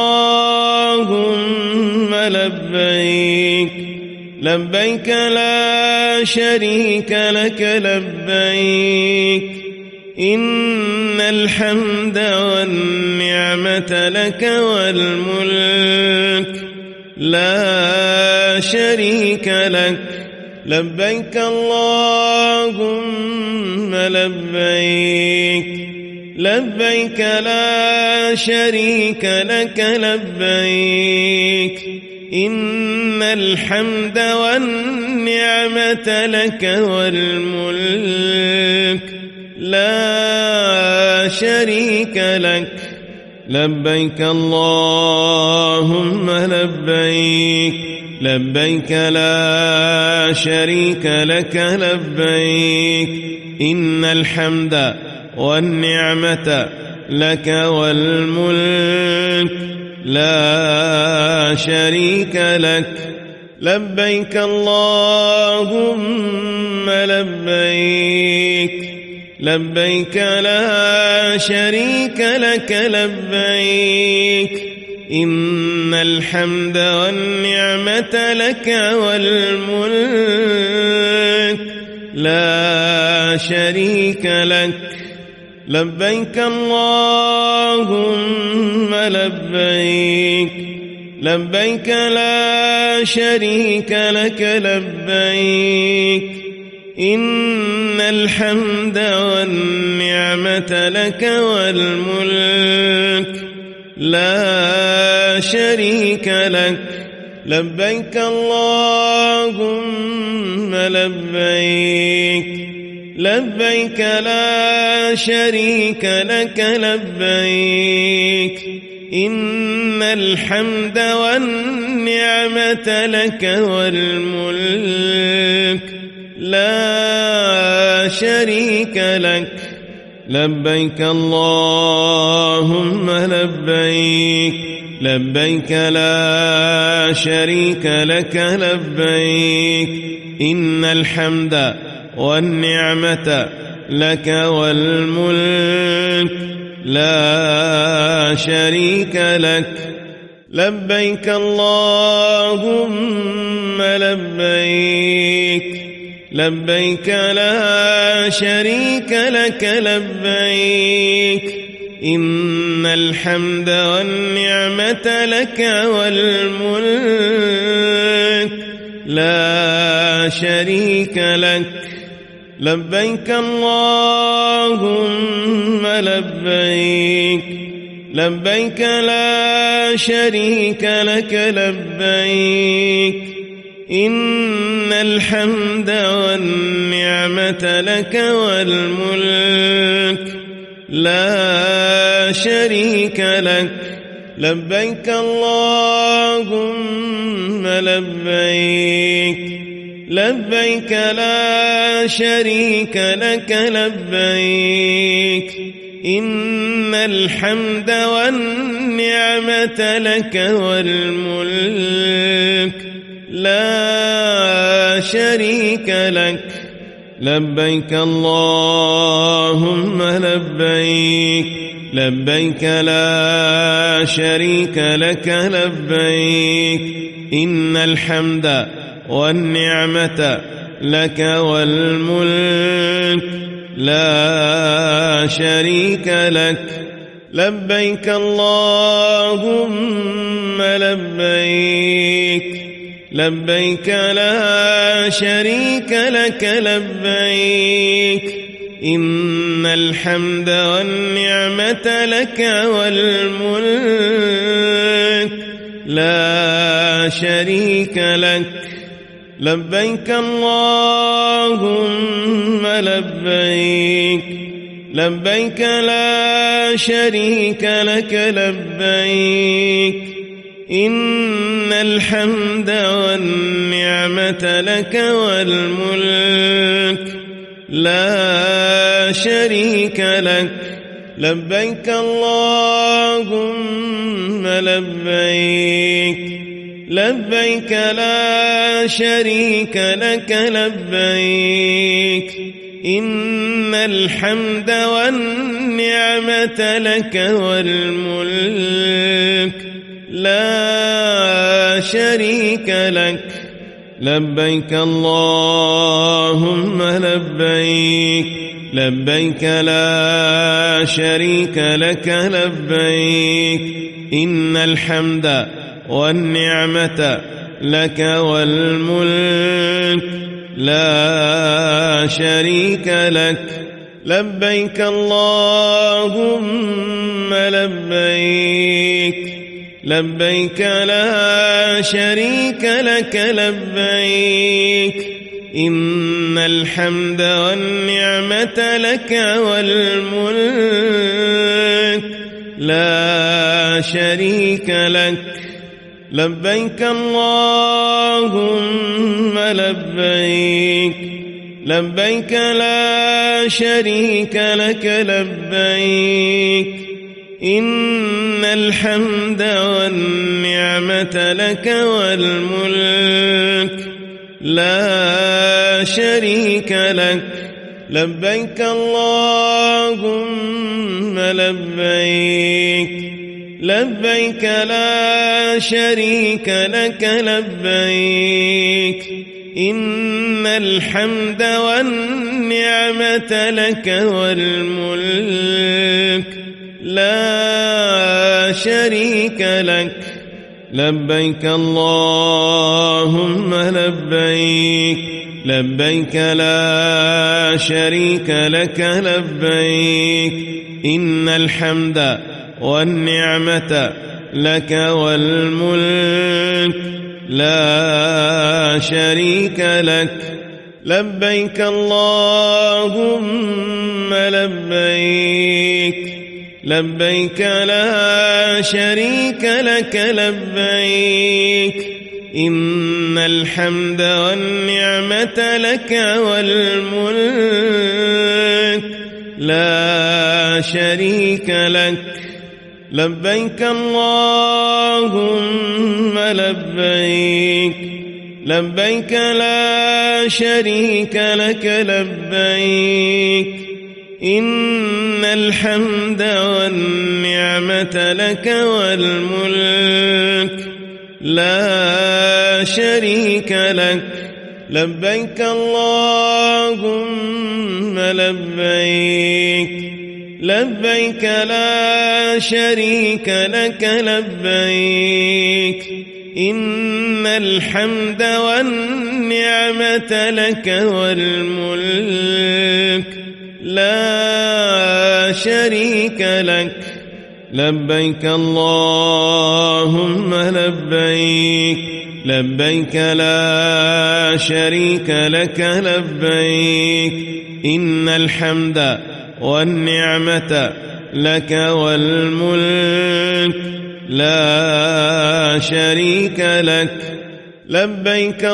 [SPEAKER 1] اللهم لبيك لبيك لا شريك لك لبيك إن الحمد والنعمة لك والملك لا شريك لك لبيك اللهم لبيك لبيك لا شريك لك لبيك إن الحمد والنعمة لك والملك لا شريك لك لبيك اللهم لبيك لبيك لا شريك لك لبيك إن الحمد والنعمة لك والملك لا شريك لك لبيك اللهم لبيك لبيك لا شريك لك لبيك إن الحمد والنعمة لك والملك لا شريك لك لبيك اللهم لبيك لبيك لا شريك لك لبيك إن الحمد والنعمة لك والملك لا شريك لك لبيك اللهم لبيك لبيك لا شريك لك لبيك إن الحمد والنعمة لك والملك لا شريك لك لبيك اللهم لبيك لبيك لا شريك لك لبيك إن الحمد والنعمة لك والملك لا شريك لك لبيك اللهم لبيك لبيك لا شريك لك لبيك إن الحمد والنعمة لك والملك لا شريك لك لبيك اللهم لبيك لبيك لا شريك لك لبيك إن الحمد والنعمة لك والملك لا شريك لك لبيك اللهم لبيك لبيك لا شريك لك لبيك إن الحمد والنعمة لك والملك لا شريك لك لبيك اللهم لبيك لبيك لا شريك لك لبيك إن الحمد والنعمة لك والملك لا شريك لك لبيك اللهم لبيك لبيك لا شريك لك لبيك إن الحمد والنعمة لك والملك لا شريك لك لبيك اللهم لبيك لبيك لا شريك لك لبيك إن الحمد والنعمة لك والملك لا شريك لك لبيك اللهم لبيك لبيك لا شريك لك لبيك إن الحمد والنعمة لك والملك لا شريك لك لبيك اللهم لبيك لبيك لا شريك لك لبيك إن الحمد والنعمة لك والملك لا شريك لك لبيك اللهم لبيك لبيك لا شريك لك لبيك إن الحمد والنعمة لك والملك لا شريك لك لبيك اللهم لبيك لبيك لا شريك لك لبيك إن الحمد والنعمة لك والملك لا شريك لك لبيك اللهم لبيك لبيك لا شريك لك لبيك إن الحمد والنعمة لك والملك لا شريك لك لبيك اللهم لبيك لبيك لا شريك لك لبيك إن الحمد والنعمة لك والملك لا شريك لك لبيك اللهم لبيك لبيك لا شريك لك لبيك إن الحمد والنعمة لك والملك لا شريك لك لبيك اللهم لبيك لبيك لا شريك لك لبيك إن الحمد والنعمة لك والملك لا شريك لك لبيك اللهم لبيك لبيك لا شريك لك لبيك إن الحمد والنعمة لك والملك لا شريك لك لبيك اللهم لبيك لبيك لا شريك لك لبيك إن الحمد والنعمة لك والملك لا شريك لك لبيك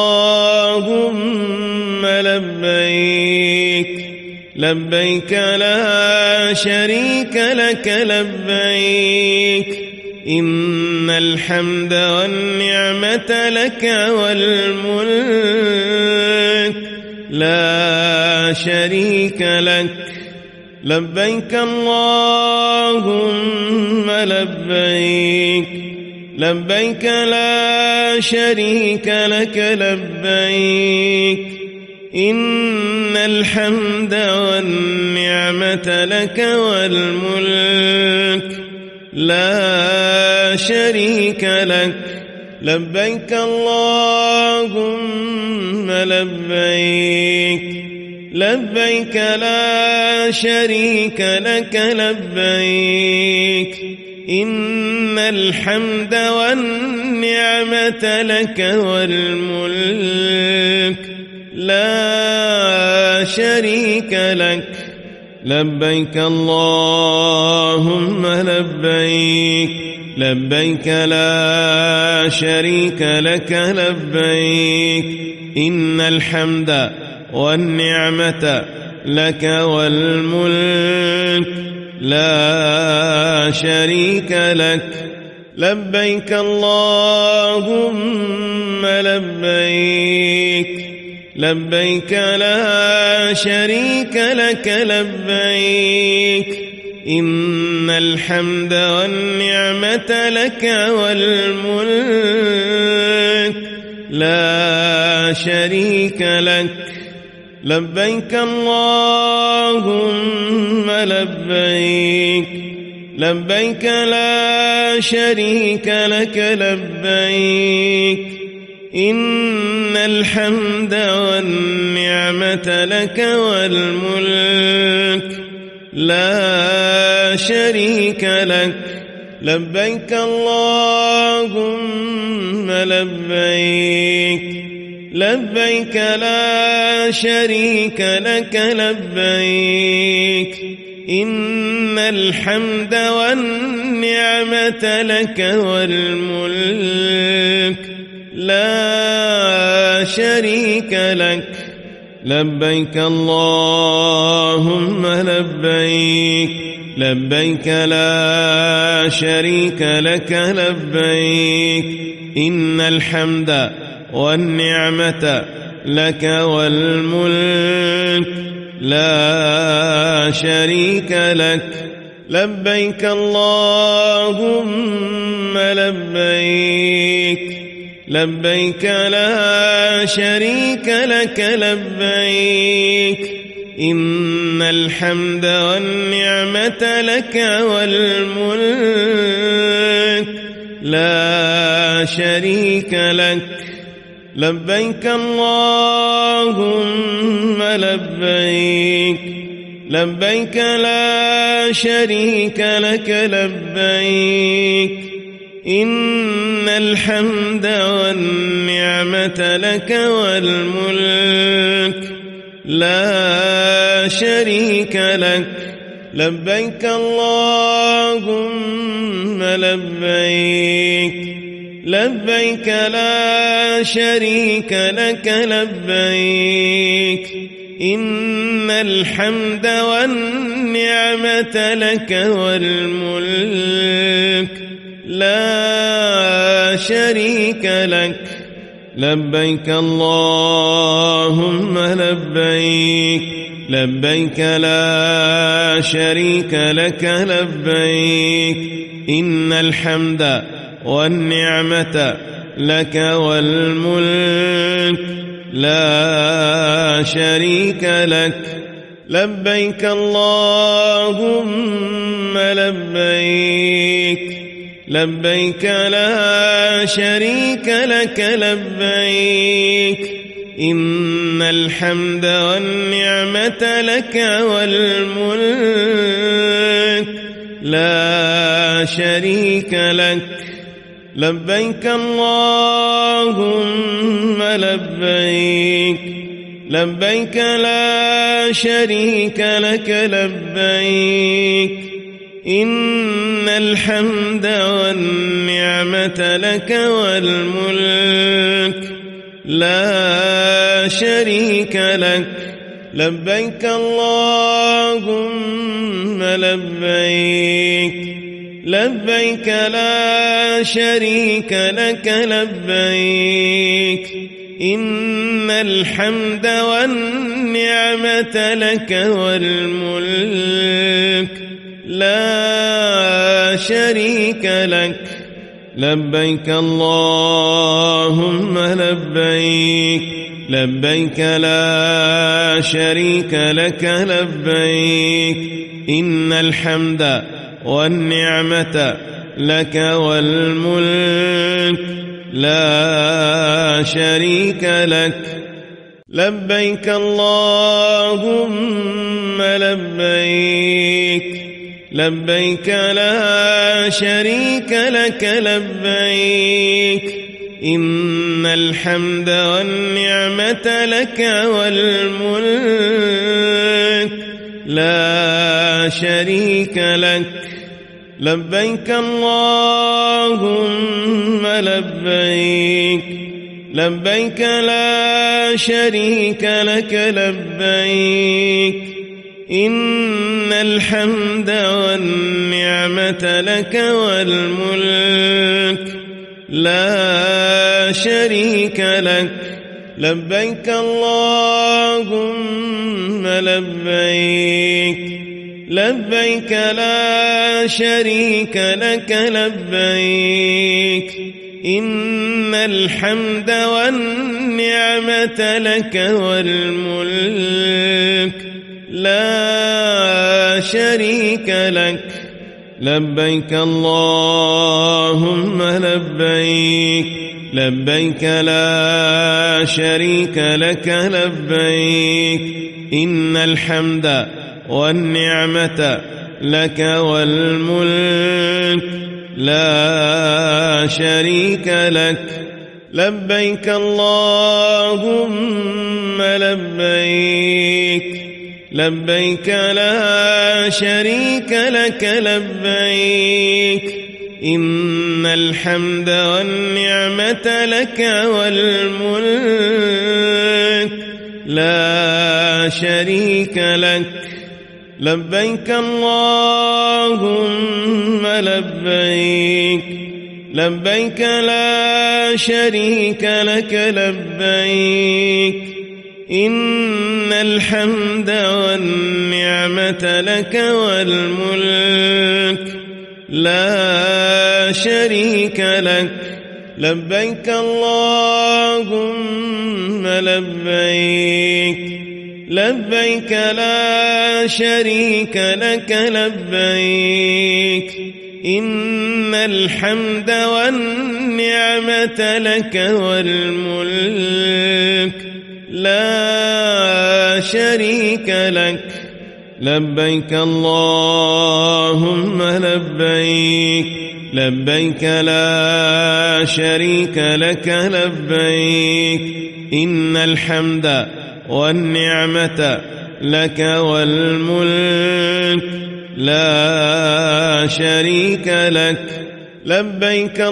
[SPEAKER 1] اللهم لبيك لبيك لا شريك لك لبيك إن الحمد والنعمة لك والملك لا شريك لك لبيك اللهم لبيك لبيك لا شريك لك لبيك إن الحمد والنعمة لك والملك لا شريك لك لبيك اللهم لبيك لبيك لا شريك لك لبيك إن الحمد والنعمة لك والملك لا شريك لك. لبيك اللهم لبيك لبيك لا شريك لك لبيك إن الحمد والنعمة لك والملك لا شريك لك. لبيك اللهم لبيك لبيك لا شريك لك لبيك إن الحمد والنعمة لك والملك لا شريك لك. لبيك اللهم لبيك لبيك لا شريك لك لبيك إن الحمد والنعمة لك والملك لا شريك لك. لبيك اللهم لبيك لبيك لا شريك لك لبيك إن الحمد والنعمة لك والملك لا شريك لك. لبيك اللهم لبيك لبيك لا شريك لك لبيك إن الحمد والنعمة لك والملك لا شريك لك. لبيك اللهم لبيك لبيك لا شريك لك لبيك إن الحمد والنعمة لك والملك لا شريك لك. لبيك اللهم لبيك لبيك لا شريك لك لبيك إن الحمد والنعمة لك والملك لا شريك لك. لبيك اللهم لبيك لبيك لا شريك لك لبيك إن الحمد والنعمة لك والملك لا شريك لك. لبيك اللهم لبيك لبيك لا شريك لك لبيك إن الحمد والنعمة لك والملك لا شريك لك. لبيك اللهم لبيك لبيك لا شريك لك لبيك إن الحمد والنعمة لك والملك لا شريك لك. لبيك اللهم لبيك لبيك لا شريك لك لبيك إن الحمد والنعمة لك والملك لا شريك لك. لبيك اللهم لبيك لبيك لا شريك لك لبيك إن الحمد والنعمة لك والملك لا شريك لك. لبيك اللهم لبيك لبيك لا شريك لك لبيك إن الحمد والنعمة لك والملك لا شريك لك. لبيك اللهم لبيك لبيك لا شريك لك لبيك إن الحمد والنعمة لك والملك لا شريك لك لبيك اللهم لبيك لبيك لا شريك لك لبيك إن الحمد والنعمة لك والملك لا شريك لك لبيك اللهم لبيك لبيك لا شريك لك لبيك إن الحمد والنعمة لك والملك لا شريك لك لبيك اللهم لبيك لبيك لا شريك لك لبيك إن الحمد والنعمة لك والملك لا شريك لك لبيك اللهم لبيك لبيك لا شريك لك لبيك إن الحمد والنعمة لك والملك لا شريك لك لبيك اللهم لبيك لبيك لا شريك لك لبيك إن الحمد والنعمة لك والملك لا شريك لك لبيك اللهم لبيك لبيك لا شريك لك لبيك إن الحمد والنعمة لك والملك لا شريك لك لبيك اللهم لبيك لبيك لا شريك لك لبيك إن الحمد والنعمة لك والملك لا شريك لك لبيك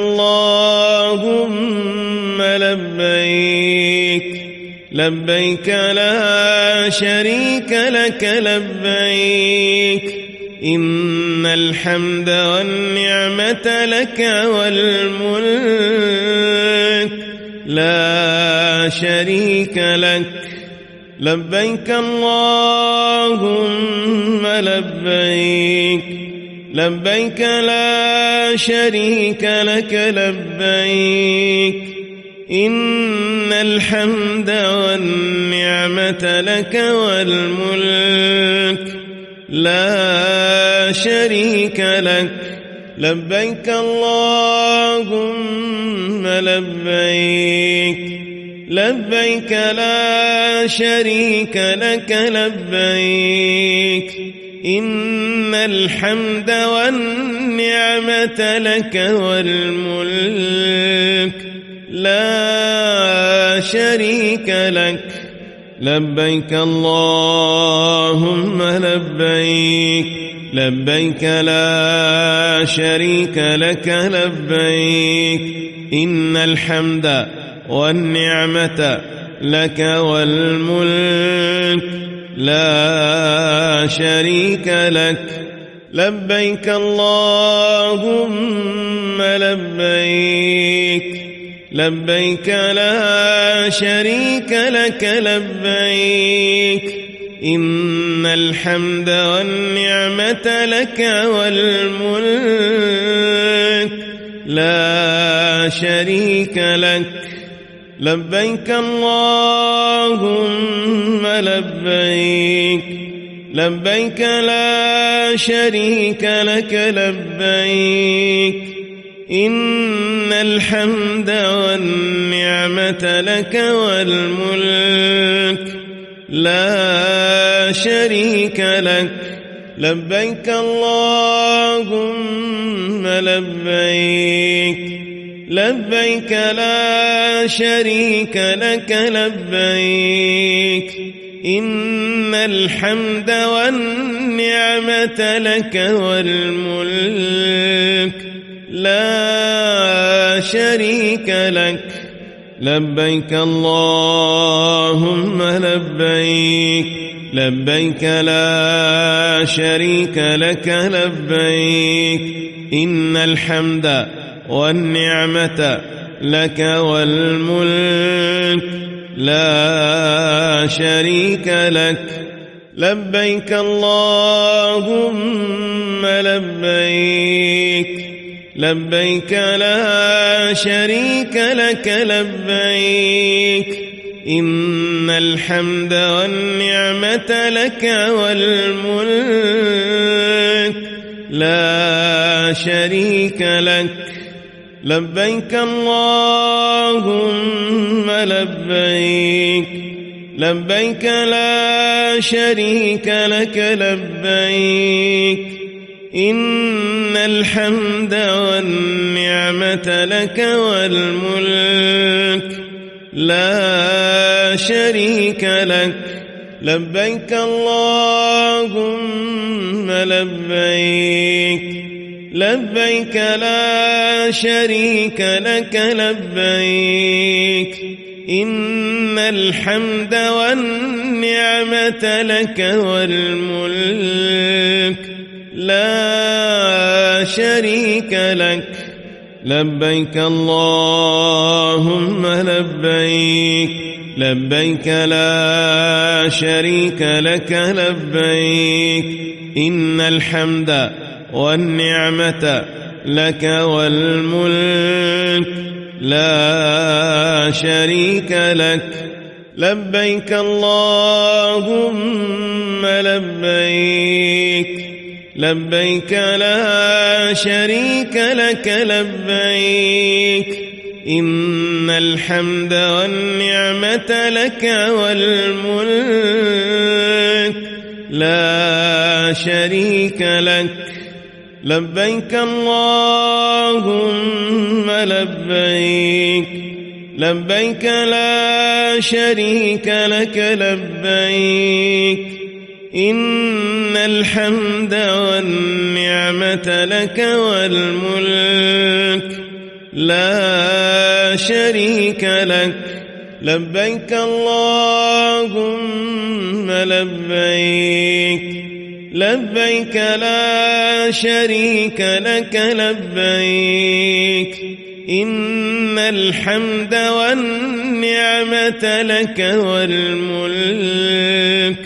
[SPEAKER 1] اللهم لبيك لبيك لا شريك لك لبيك إن الحمد والنعمة لك والملك لا شريك لك لبيك اللهم لبيك لبيك لا شريك لك لبيك إن الحمد والنعمة لك والملك لا شريك لك لبيك اللهم لبيك لبيك لا شريك لك لبيك إن الحمد والنعمة لك والملك لا شريك لك لبيك اللهم لبيك لبيك لا شريك لك لبيك إن الحمد والنعمة لك والملك لا شريك لك لبيك اللهم لبيك لبيك لا شريك لك لبيك إن الحمد والنعمة لك والملك لا شريك لك لبيك اللهم لبيك لبيك لا شريك لك لبيك إن الحمد والنعمة لك والملك لا شريك لك لبيك اللهم لبيك لبيك لا شريك لك لبيك إن الحمد والنعمة لك والملك لا شريك لك لبيك اللهم لبيك لبيك لا شريك لك لبيك إن الحمد والنعمة لك والملك لا شريك لك لبيك اللهم لبيك لبيك لا شريك لك لبيك إن الحمد والنعمة لك والملك لا شريك لك لبيك اللهم لبيك لبيك لا شريك لك لبيك إن الحمد والنعمة لك والملك لا شريك لك لبيك اللهم لبيك لبيك لا شريك لك لبيك إن الحمد والنعمة لك والملك لا شريك لك لبيك اللهم لبيك لبيك لا شريك لك لبيك إن الحمد والنعمة لك والملك لا شريك لك لبيك اللهم لبيك لبيك لا شريك لك لبيك إن الحمد والنعمة لك والملك لا شريك لك لبيك اللهم لبيك لبيك لا شريك لك لبيك إن الحمد والنعمة لك والملك لا شريك لك لبيك اللهم لبيك لبيك لا شريك لك لبيك إن الحمد والنعمة لك والملك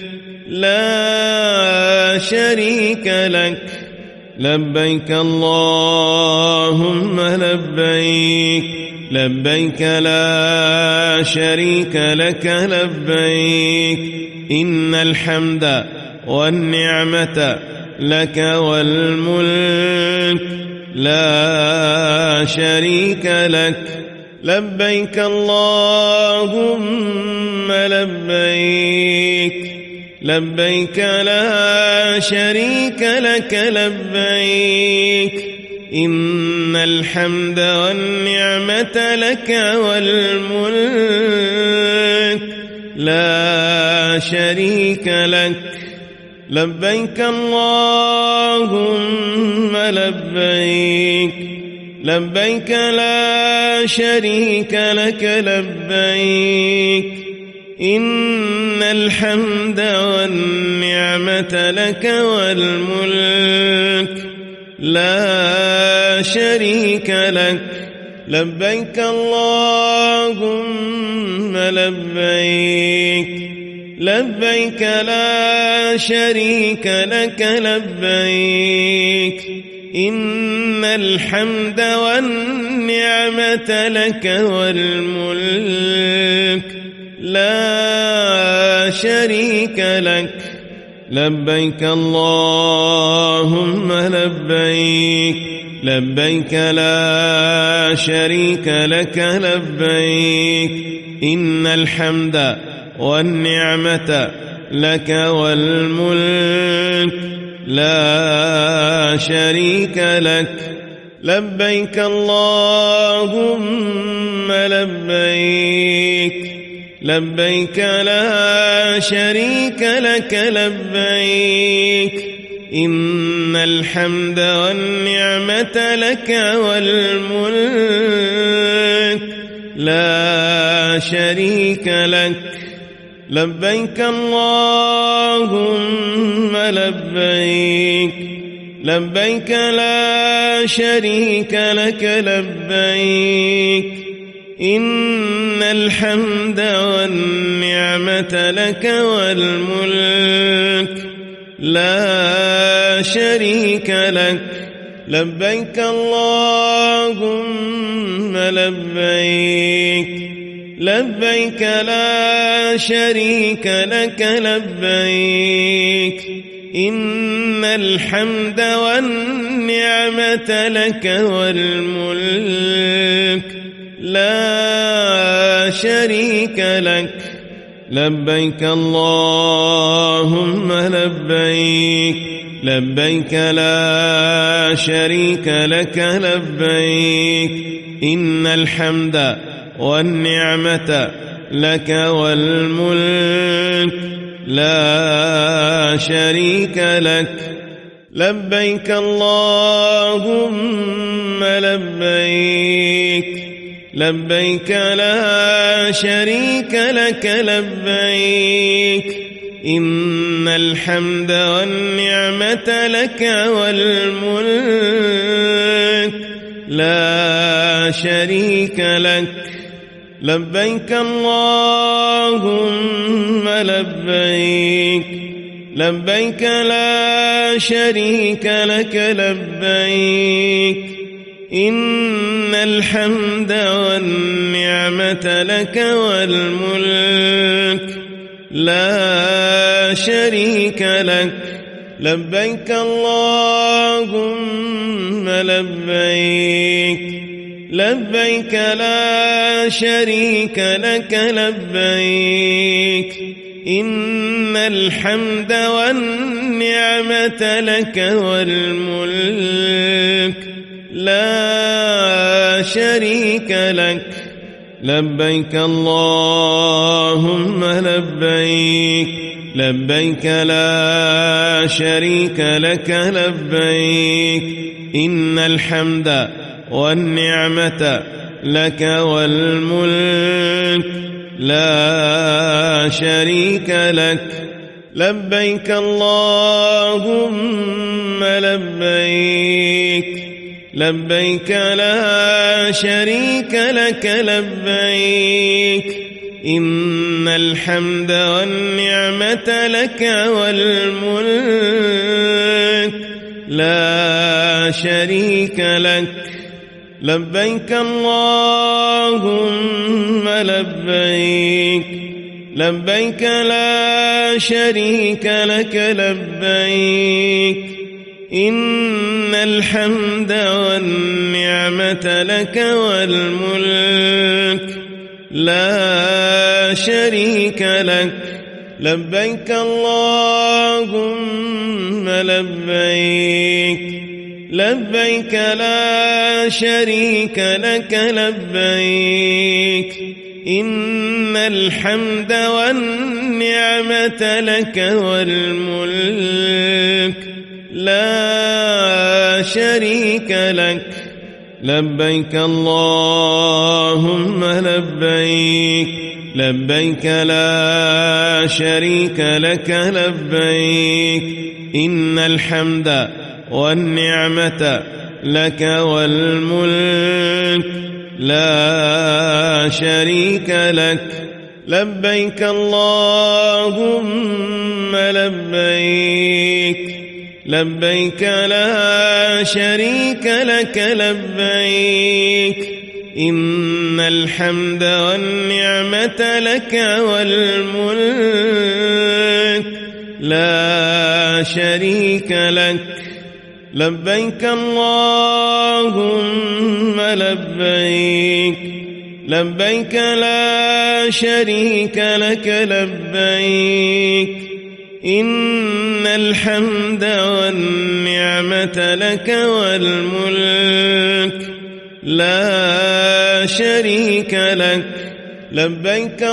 [SPEAKER 1] لا شريك لك لبيك اللهم لبيك لبيك لا شريك لك لبيك إن الحمد والنعمة لك والملك لا شريك لك لبيك اللهم لبيك لبيك لا شريك لك لبيك إن الحمد والنعمة لك والملك لا شريك لك لبيك اللهم لبيك لبيك لا شريك لك لبيك إن الحمد والنعمة لك والملك لا شريك لك لبيك اللهم لبيك لبيك لا شريك لك لبيك إن الحمد والنعمة لك والملك لا شريك لك لبيك اللهم لبيك لبيك لا شريك لك لبيك إن الحمد والنعمة لك والملك لا شريك لك لبيك اللهم لبيك لبيك لا شريك لك لبيك إن الحمد والنعمة لك والملك لا شريك لك لبيك اللهم لبيك لبيك لا شريك لك لبيك إن الحمد والنعمة لك والملك لا شريك لك لبيك اللهم لبيك لبيك لا شريك لك لبيك إن الحمد والنعمة لك والملك لا شريك لك لبيك اللهم لبيك لبيك لا شريك لك لبيك إن الحمد والنعمة لك والملك لا شريك لك لبيك اللهم لبيك لبيك لا شريك لك لبيك إن الحمد والنعمة لك والملك لا شريك لك لبيك اللهم لبيك لبيك لا شريك لك لبيك إن الحمد والنعمة لك والملك لا شريك لك لبيك اللهم لبيك لبيك لا شريك لك لبيك إن الحمد والنعمة لك والملك لا شريك لك لبيك اللهم لبيك لبيك لا شريك لك لبيك إن الحمد والنعمة لك والملك لا شريك لك لبيك اللهم لبيك لبيك لا شريك لك لبيك إن الحمد والنعمة لك والملك لا شريك لك لبيك اللهم لبيك لبيك لا شريك لك لبيك إن الحمد والنعمة لك والملك لا شريك لك لبيك اللهم لبيك لبيك لا شريك لك لبيك إن الحمد والنعمة لك والملك لا شريك لك لبيك اللهم لبيك لبيك لا شريك لك لبيك إن الحمد والنعمة لك والملك لا شريك لك لبيك اللهم لبيك لبيك لا شريك لك لبيك إن الحمد والنعمة لك والملك لا شريك لك لبيك اللهم لبيك لبيك لا شريك لك لبيك إن الحمد والنعمة لك والملك لا شريك لك لبيك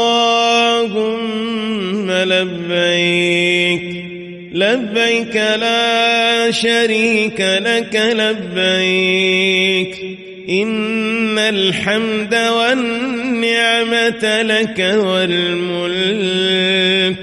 [SPEAKER 1] اللهم لبيك لبيك لا شريك لك لبيك إن الحمد والنعمة لك والملك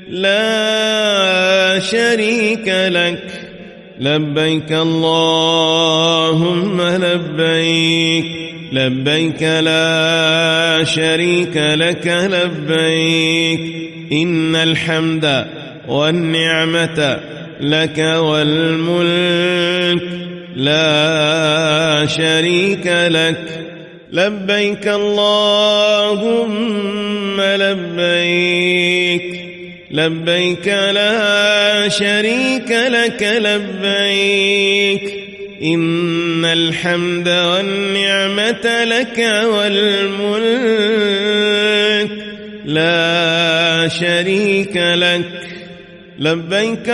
[SPEAKER 1] لا شريك لك لبيك اللهم لبيك لبيك لا شريك لك لبيك إن الحمد والنعمة لك والملك لا شريك لك لبيك اللهم لبيك لبيك لا شريك لك لبيك إن الحمد والنعمة لك والملك لا شريك لك لبيك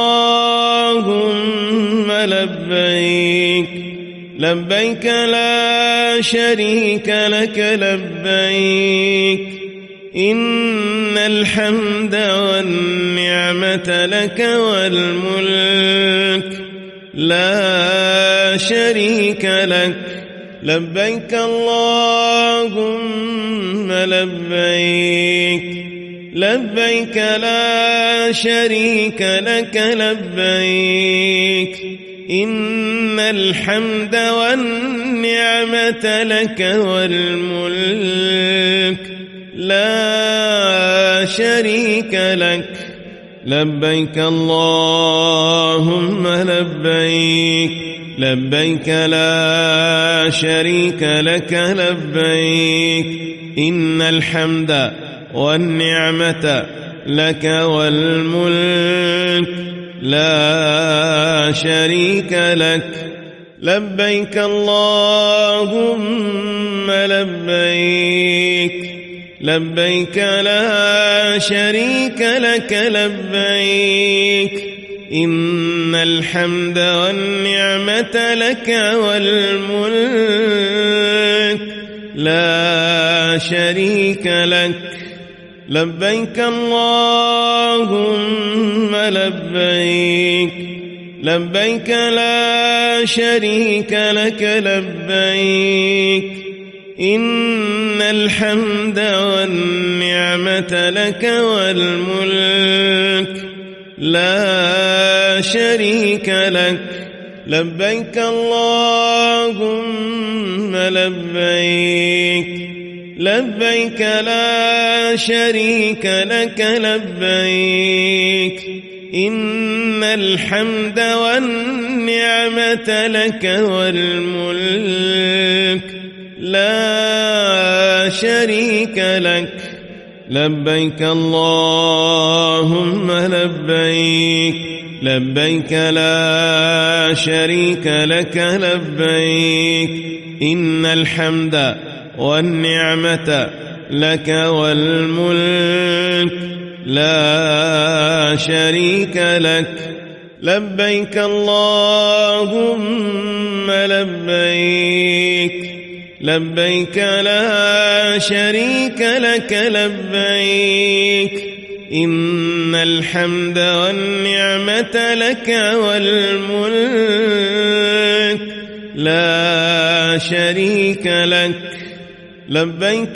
[SPEAKER 1] اللهم لبيك لبيك لا شريك لك لبيك إن الحمد والنعمة لك والملك لا شريك لك لبيك اللهم لبيك لبيك لا شريك لك لبيك إن الحمد والنعمة لك والملك لا شريك لك لبيك اللهم لبيك لبيك لا شريك لك لبيك إن الحمد والنعمة لك والملك لا شريك لك لبيك اللهم لبيك لبيك لا شريك لك لبيك إن الحمد والنعمة لك والملك لا شريك لك لبيك اللهم لبيك لبيك لا شريك لك لبيك إن الحمد والنعمة لك والملك لا شريك لك لبيك اللهم لبيك لبيك لا شريك لك لبيك إن الحمد والنعمة لك والملك لا شريك لك لبيك اللهم لبيك لبيك لا شريك لك لبيك إن الحمد والنعمة لك والملك لا شريك لك لبيك اللهم لبيك لبيك لا شريك لك لبيك إن الحمد والنعمة لك والملك لا شريك لك لبيك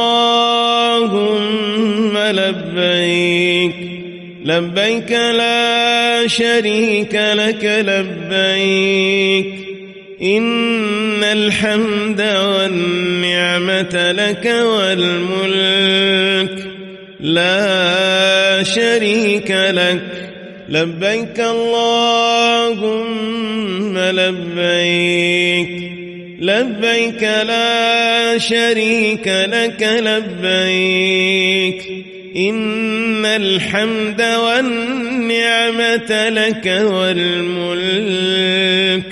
[SPEAKER 1] اللهم لبيك لبيك لا شريك لك لبيك إن الحمد والنعمة لك والملك لا شريك لك لبيك اللهم لبيك لبيك لا شريك لك لبيك إن الحمد والنعمة لك والملك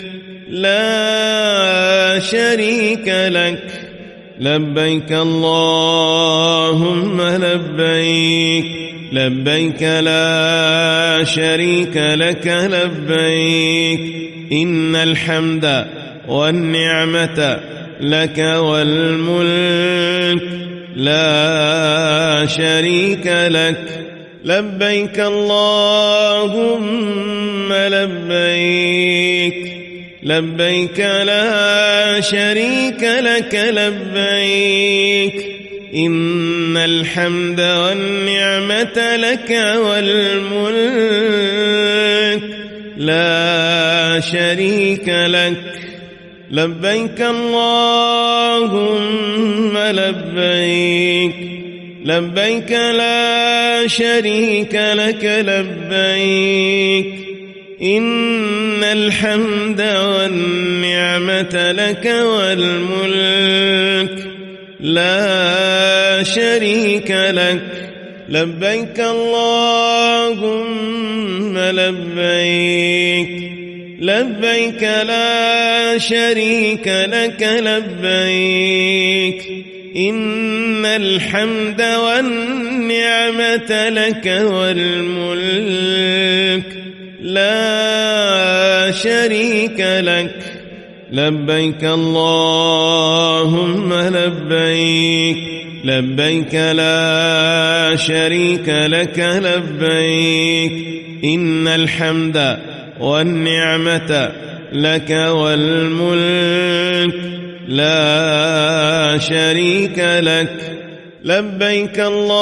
[SPEAKER 1] لا شريك لك لبيك اللهم لبيك لبيك لا شريك لك لبيك إن الحمد والنعمة لك والملك لا شريك لك لبيك اللهم لبيك لبيك لا شريك لك لبيك إن الحمد والنعمة لك والملك لا شريك لك لبيك اللهم لبيك لبيك لا شريك لك لبيك إن الحمد والنعمة لك والملك لا شريك لك لبيك اللهم لبيك لبيك لا شريك لك لبيك إن الحمد والنعمة لك والملك لا شريك لك لبيك اللهم لبيك لبيك لا شريك لك لبيك إن الحمد والنعمة لك والملك لا شريك لك لبيك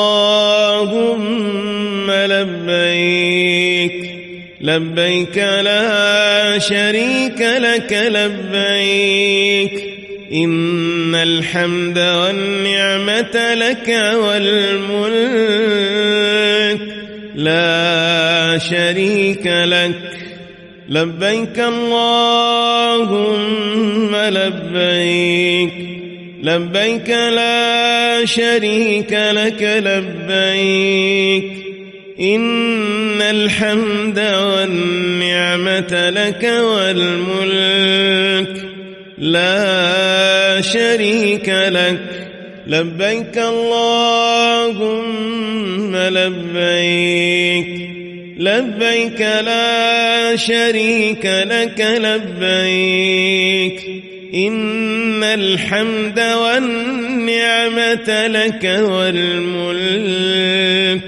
[SPEAKER 1] اللهم لبيك لبيك لا شريك لك لبيك إن الحمد والنعمة لك والملك لا شريك لك لبيك اللهم لبيك لبيك لا شريك لك لبيك إن الحمد والنعمة لك والملك لا شريك لك لبيك اللهم لبيك لبيك لا شريك لك لبيك إن الحمد والنعمة لك والملك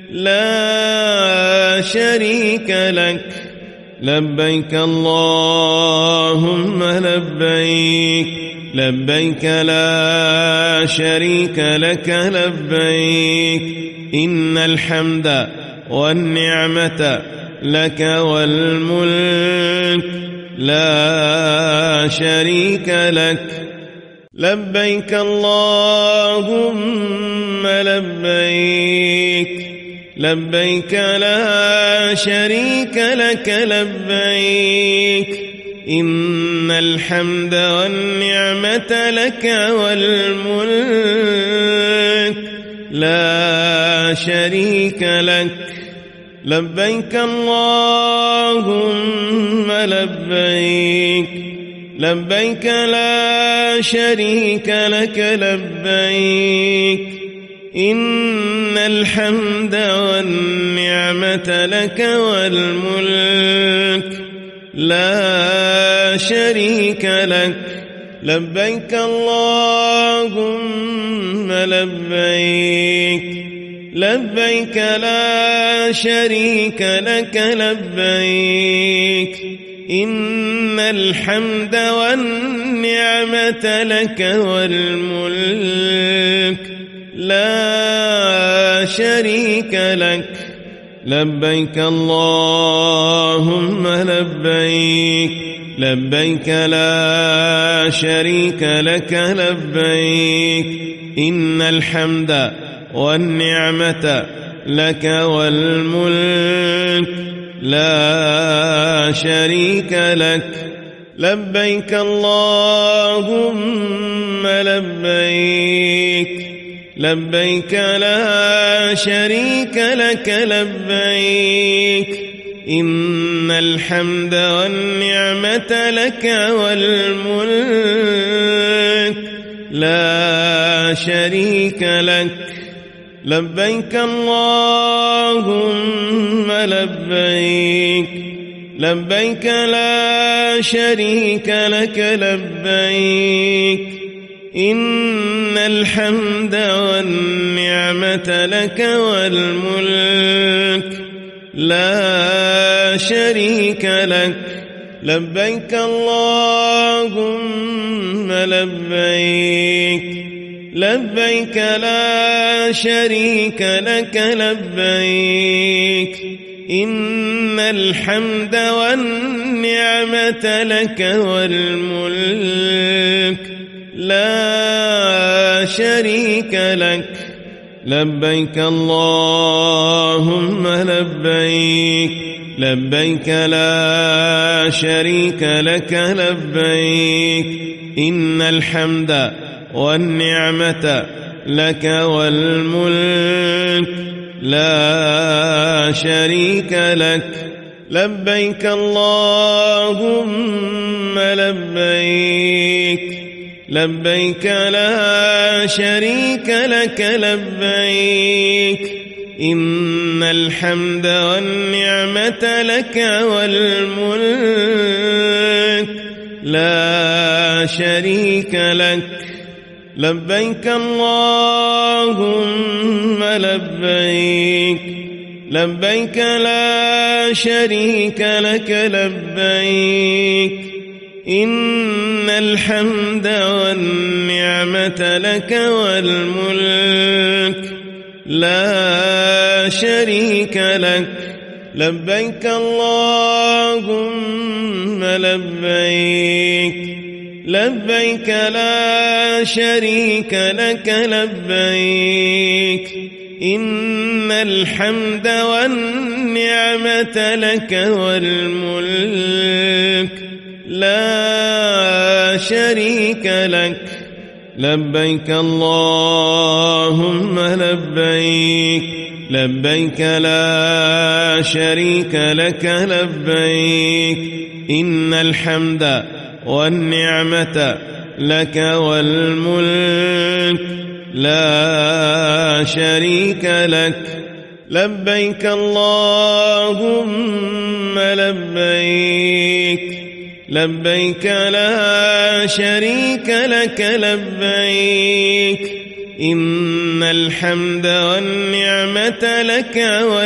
[SPEAKER 1] لا شريك لك لبيك اللهم لبيك لبيك لا شريك لك لبيك إن الحمد والنعمة لك والملك لا شريك لك لبيك اللهم لبيك لبيك لا شريك لك لبيك إن الحمد والنعمة لك والملك لا شريك لك لبيك اللهم لبيك لبيك لا شريك لك لبيك إن الحمد والنعمة لك والملك لا شريك لك لبيك اللهم لبيك لبيك لا شريك لك لبيك إن الحمد والنعمة لك والملك لا شريك لك لبيك اللهم لبيك لبيك لا شريك لك لبيك إن الحمد والنعمة لك والملك لا شريك لك لبيك اللهم لبيك لبيك لا شريك لك لبيك إن الحمد والنعمة لك والملك لا شريك لك لبيك اللهم لبيك لبيك لا شريك لك لبيك إن الحمد والنعمة لك والملك لا شريك لك لبيك اللهم لبيك لبيك لا شريك لك لبيك إن الحمد والنعمة لك والملك لا شريك لك لبيك اللهم لبيك لبيك لا شريك لك لبيك إن الحمد والنعمة لك والملك لا شريك لك لبيك اللهم لبيك لبيك لا شريك لك لبيك إن الحمد والنعمة لك والملك لا شريك لك لبيك اللهم لبيك لبيك لا شريك لك لبيك إن الحمد والنعمة لك والملك لا شريك لك لبيك اللهم لبيك لبيك لا شريك لك لبيك إن الحمد والنعمة لك والملك لا شريك لك لبيك اللهم لبيك لبيك لا شريك لك لبيك إن الحمد والنعمة لك والملك لا شريك لك لبيك اللهم لبيك لبيك لا شريك لك لبيك إن الحمد والنعمة لك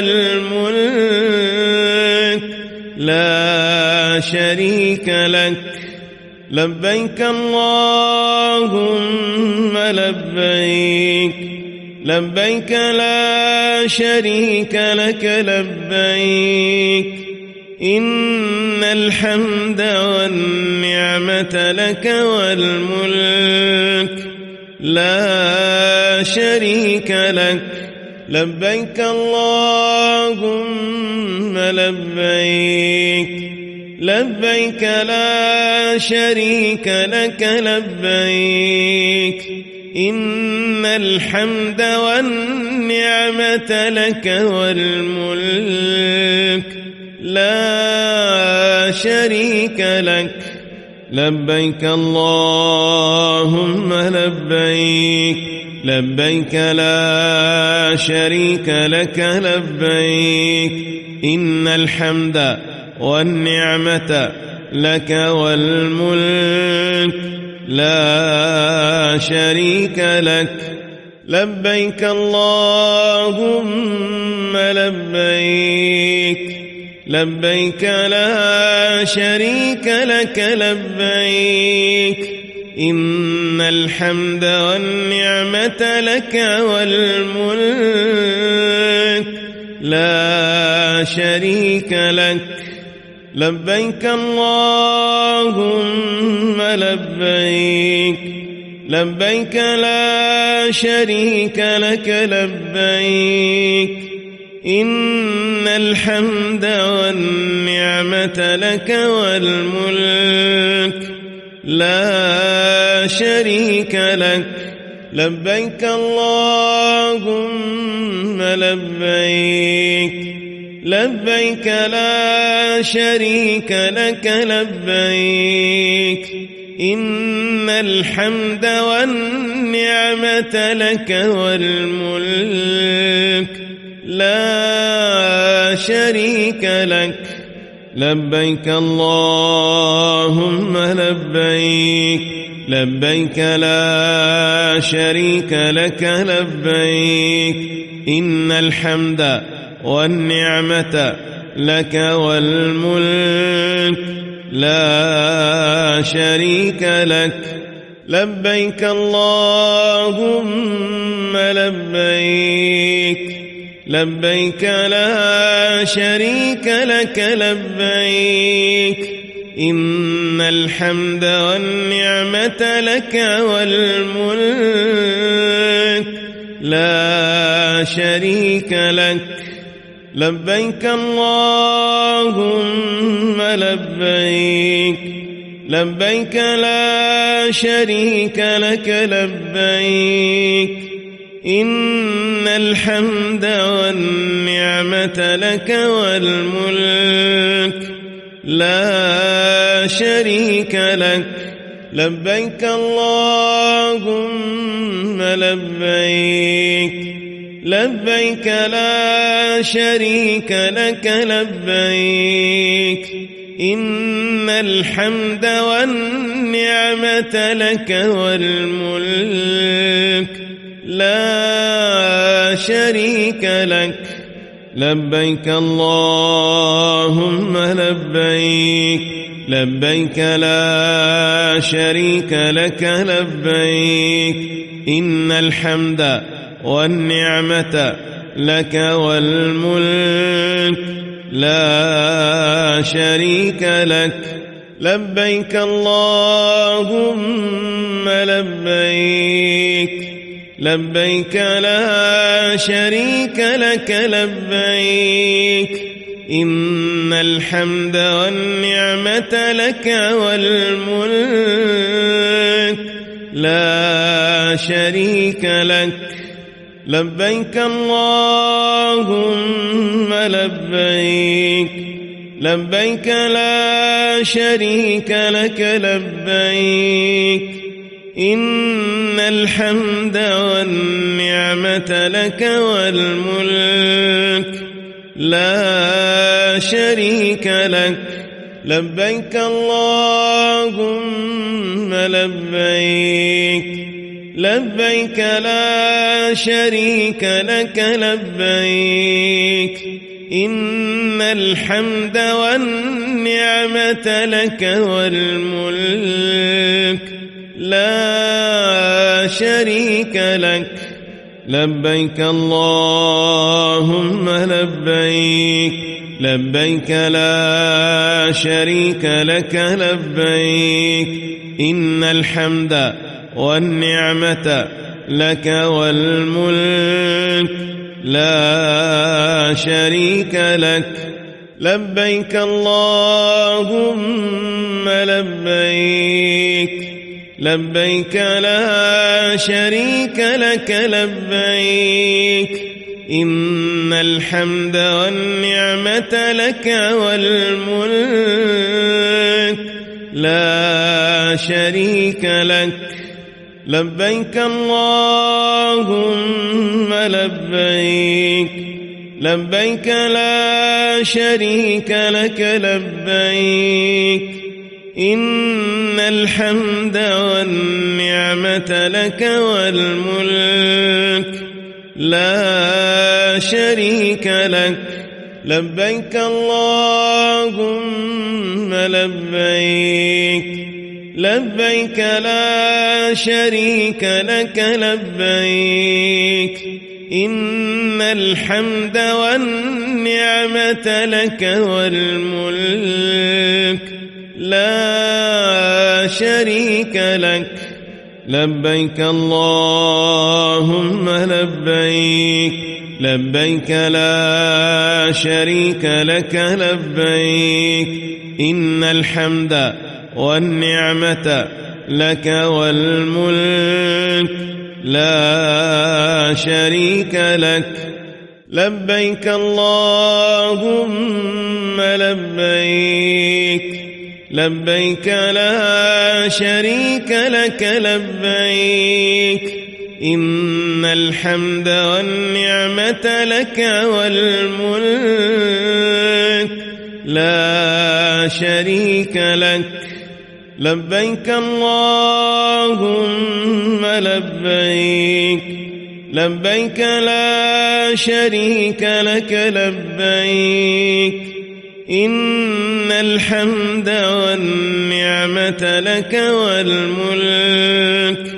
[SPEAKER 1] والملك لا شريك لك لبيك اللهم لبيك لبيك لا شريك لك لبيك إن الحمد والنعمة لك والملك لا شريك لك لبيك اللهم لبيك لبيك لا شريك لك لبيك إن الحمد والنعمة لك والملك لا شريك لك لبيك اللهم لبيك لبيك لا شريك لك لبيك إن الحمد والنعمة لك والملك لا شريك لك لبيك اللهم لبيك لبيك لا شريك لك لبيك إن الحمد والنعمة لك والملك لا شريك لك لبيك اللهم لبيك لبيك لا شريك لك لبيك إن الحمد والنعمة لك والملك لا شريك لك لبيك اللهم لبيك لبيك لا شريك لك لبيك إن الحمد والنعمة لك والملك لا شريك لك. لبيك اللهم لبيك لبيك لا شريك لك لبيك إن الحمد والنعمة لك والملك لا شريك لك. لبيك اللهم لبيك لبيك لا شريك لك لبيك إن الحمد والنعمة لك والملك لا شريك لك. لبيك اللهم لبيك لبيك لا شريك لك لبيك إن الحمد والنعمة لك والملك لا شريك لك. لبيك اللهم لبيك لبيك لا شريك لك لبيك إن الحمد والنعمة لك والملك لا شريك لك. لبيك اللهم لبيك لبيك لا شريك لك لبيك إن الحمد والنعمة لك والملك لا شريك لك. لبيك اللهم لبيك لبيك لا شريك لك لبيك إن الحمد والنعمة لك والملك لا شريك لك. لبيك اللهم لبيك لبيك لا شريك لك لبيك إن الحمد والنعمة لك والملك لا شريك لك. لبيك اللهم لبيك لبيك لا شريك لك لبيك إن الحمد والنعمة لك والملك لا شريك لك. لبيك اللهم لبيك لبيك لا شريك لك لبيك إن الحمد والنعمة لك والملك لا شريك لك. لبيك اللهم لبيك لبيك لا شريك لك لبيك إن الحمد والنعمة لك والملك لا شريك لك. لبيك اللهم لبيك لبيك لا شريك لك لبيك إن الحمد والنعمة لك والملك لا شريك لك. لبيك اللهم لبيك لبيك لا شريك لك لبيك إن الحمد والنعمة لك والملك لا شريك لك. لبيك اللهم لبيك لبيك لا شريك لك لبيك إن الحمد والنعمة لك والملك لا شريك لك. لبيك اللهم لبيك لبيك لا شريك لك لبيك إن الحمد والنعمة لك والملك لا شريك لك لبيك اللهم لبيك لبيك لا شريك لك لبيك إن الحمد والنعمة لك والملك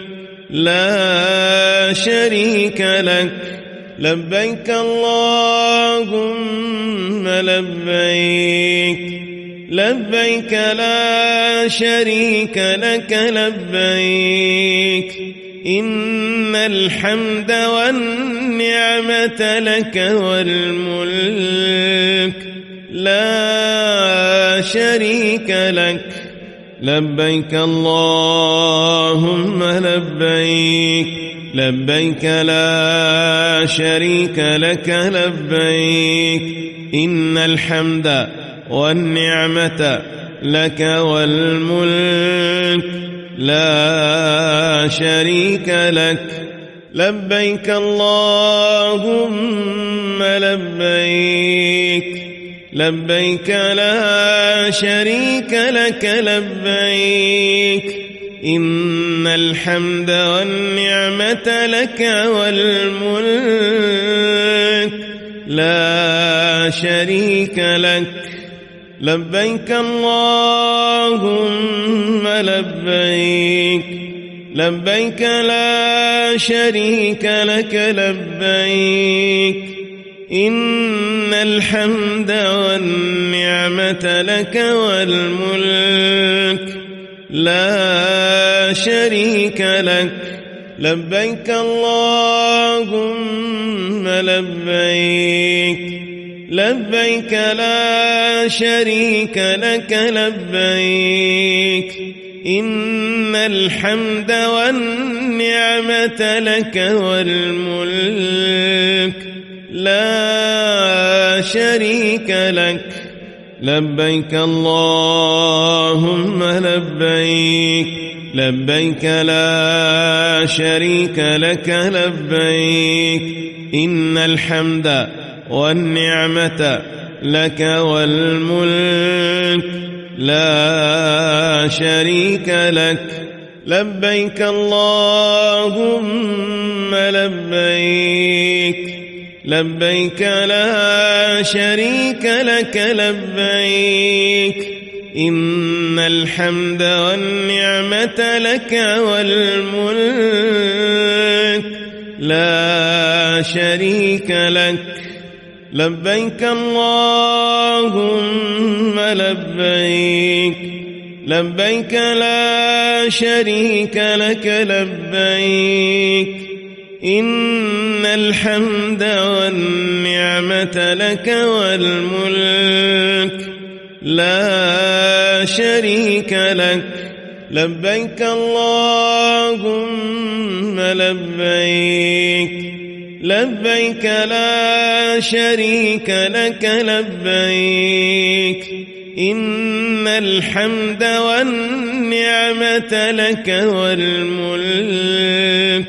[SPEAKER 1] لا شريك لك لبيك اللهم لبيك لبيك لا شريك لك لبيك إن الحمد والنعمة لك والملك لا شريك لك لبيك اللهم لبيك لبيك لا شريك لك لبيك إن الحمد والنعمة لك والملك لا شريك لك لبيك اللهم لبيك لبيك لا شريك لك لبيك إن الحمد والنعمة لك والملك لا شريك لك لبيك اللهم لبيك لبيك لا شريك لك لبيك إن الحمد والنعمة لك والملك لا شريك لك لبيك اللهم لبيك لبيك لا شريك لك لبيك إن الحمد والنعمة لك والملك لا شريك لك لبيك اللهم لبيك لبيك لا شريك لك لبيك إن الحمد والنعمة لك والملك لا شريك لك لبيك اللهم لبيك لبيك لا شريك لك لبيك إن الحمد والنعمة لك والملك لا شريك لك لبيك اللهم لبيك لبيك لا شريك لك لبيك إن الحمد والنعمة لك والملك لا شريك لك لبيك اللهم لبيك لبيك لا شريك لك لبيك إن الحمد والنعمة لك والملك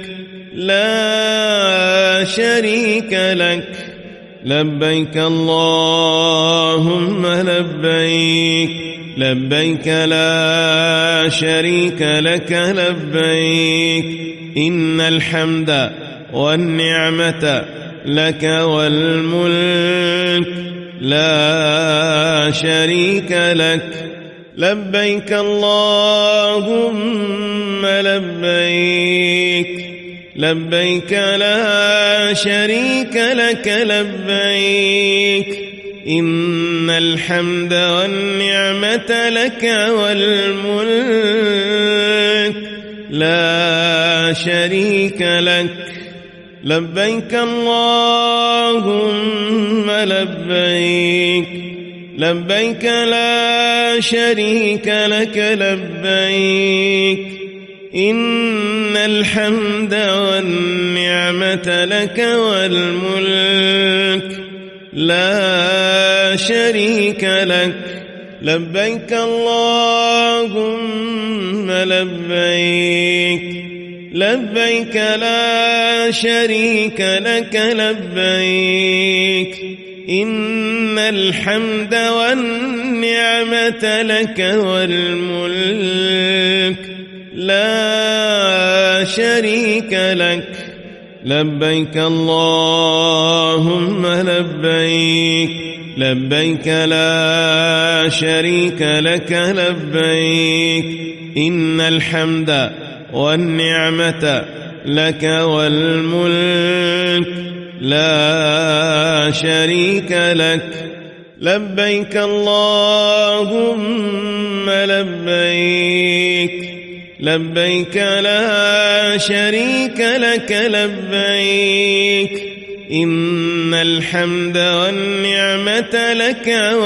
[SPEAKER 1] لا شريك لك لبيك اللهم لبيك لبيك لا شريك لك لبيك إن الحمد والنعمة لك والملك لا شريك لك لبيك اللهم لبيك لبيك لا شريك لك لبيك إن الحمد والنعمة لك والملك لا شريك لك لبيك اللهم لبيك لبيك لا شريك لك لبيك إن الحمد والنعمة لك والملك لا شريك لك لبيك اللهم لبيك لبيك لا شريك لك لبيك إن الحمد والنعمة لك والملك لا شريك لك لبيك اللهم لبيك لبيك لا شريك لك لبيك إن الحمد والنعمة لك والملك لا شريك لك لبيك اللهم لبيك لبيك لا شريك لك لبيك إن الحمد والنعمة لك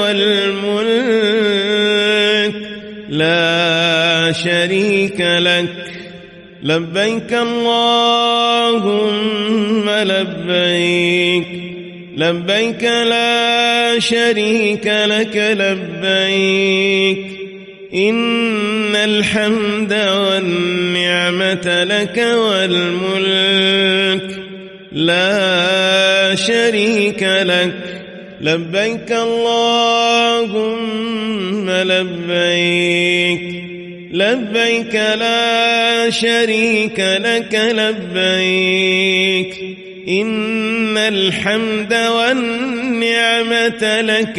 [SPEAKER 1] والملك لا شريك لك لبيك اللهم لبيك لبيك لا شريك لك لبيك إن الحمد والنعمة لك والملك لا شريك لك لبيك اللهم لبيك لبيك لا شريك لك لبيك إن الحمد والنعمة لك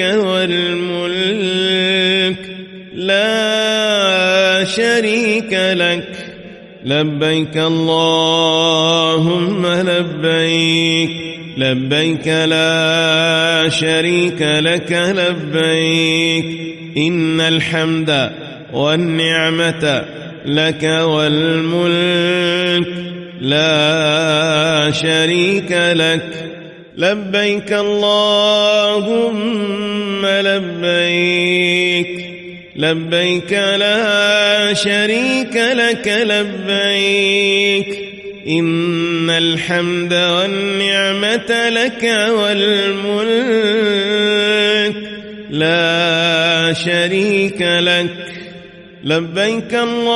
[SPEAKER 1] والملك لا شريك لك لبيك اللهم لبيك لبيك لا شريك لك لبيك إن الحمد والنعمة لك والملك لا شريك لك لبيك اللهم لبيك لبيك لا شريك لك لبيك إن الحمد والنعمة لك والملك لا شريك لك لبيك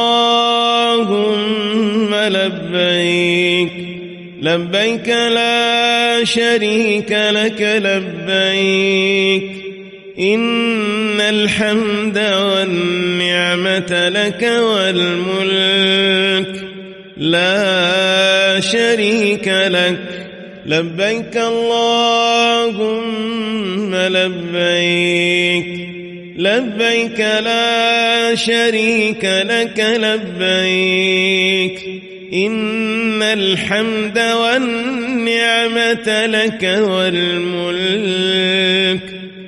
[SPEAKER 1] اللهم لبيك لبيك لا شريك لك لبيك إن الحمد والنعمة لك والملك لا شريك لك لبيك اللهم لبيك لبيك لا شريك لك لبيك إن الحمد والنعمة لك والملك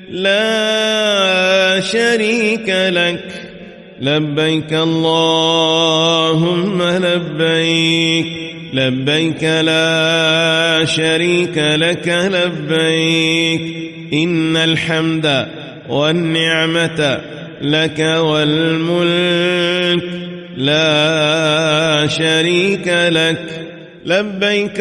[SPEAKER 1] لا شريك لك لبيك اللهم لبيك لبيك لا شريك لك لبيك إن الحمد والنعمة لك والملك لا شريك لك لبيك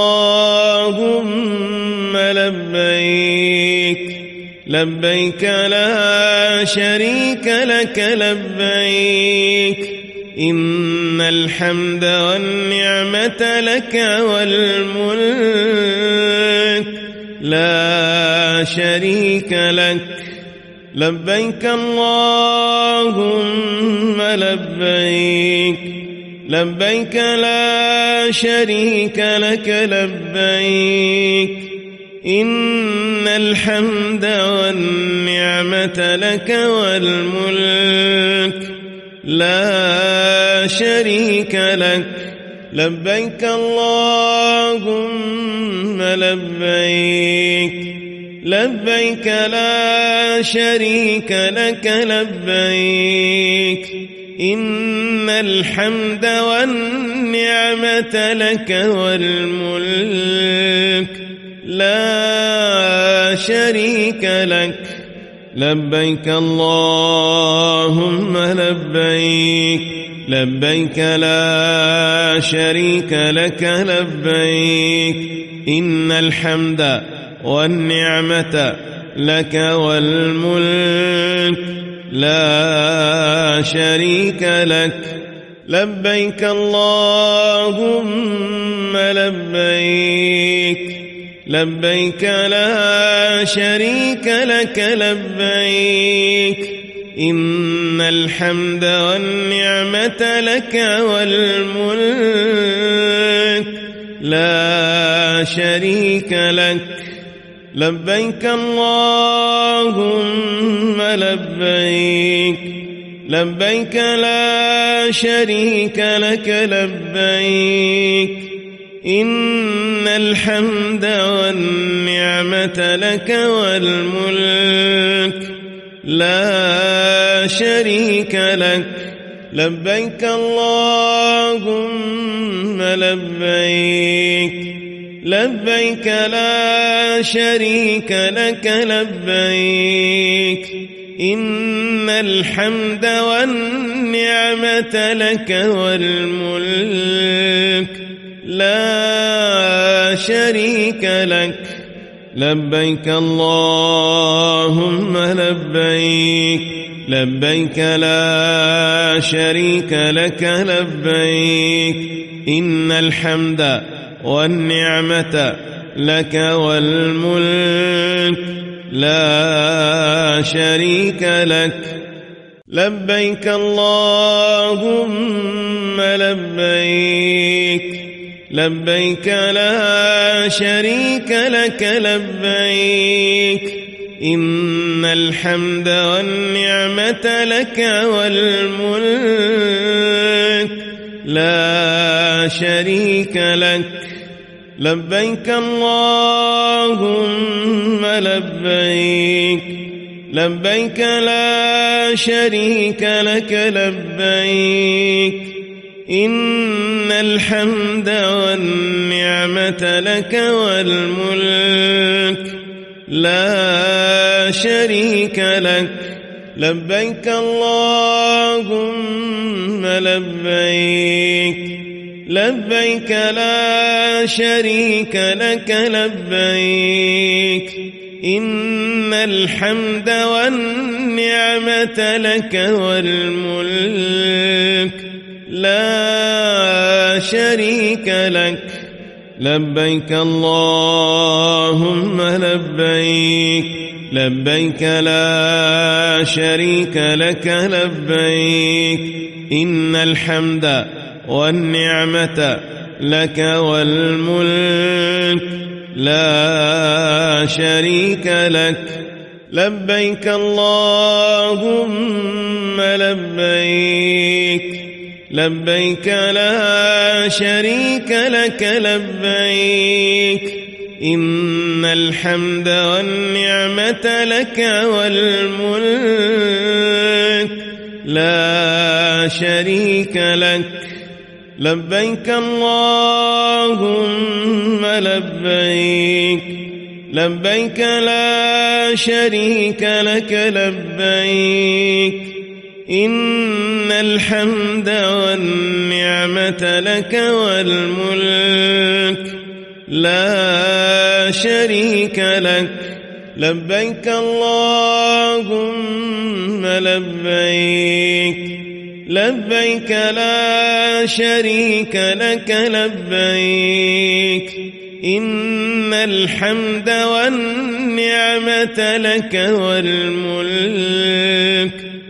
[SPEAKER 1] اللهم لبيك لبيك لا شريك لك لبيك إن الحمد والنعمة لك والملك لا شريك لك لبيك اللهم لبيك لبيك لا شريك لك لبيك إن الحمد والنعمة لك والملك لا شريك لك لبيك اللهم لبيك لبيك لا شريك لك لبيك إن الحمد والنعمة لك والملك لا شريك لك لبيك اللهم لبيك لبيك لا شريك لك لبيك إن الحمد والنعمة لك والملك لا شريك لك لبيك اللهم لبيك لبيك لا شريك لك لبيك إن الحمد والنعمة لك والملك لا شريك لك لبيك اللهم لبيك لبيك لا شريك لك لبيك إن الحمد والنعمة لك والملك لا شريك لك لبيك اللهم لبيك لبيك لا شريك لك لبيك إن الحمد والنعمة لك والملك لا شريك لك لبيك اللهم لبيك لبيك لا شريك لك لبيك إن الحمد والنعمة لك والملك لا شريك لك لبيك اللهم لبيك لبيك لا شريك لك لبيك إن الحمد والنعمة لك والملك لا شريك لك لبيك اللهم لبيك لبيك لا شريك لك لبيك إن الحمد والنعمة لك والملك لا شريك لك لبيك اللهم لبيك لبيك لا شريك لك لبيك إن الحمد والنعمة لك والملك لا شريك لك لبيك اللهم لبيك لبيك لا شريك لك لبيك إن الحمد والنعمة لك والملك لا شريك لك لبيك اللهم لبيك لبيك لا شريك لك لبيك إن الحمد والنعمة لك والملك لا شريك لك لبيك اللهم لبيك لبيك لا شريك لك لبيك إن الحمد والنعمة لك والملك لا شريك لك لبيك اللهم لبيك لبيك لا شريك لك لبيك إن الحمد والنعمة لك والملك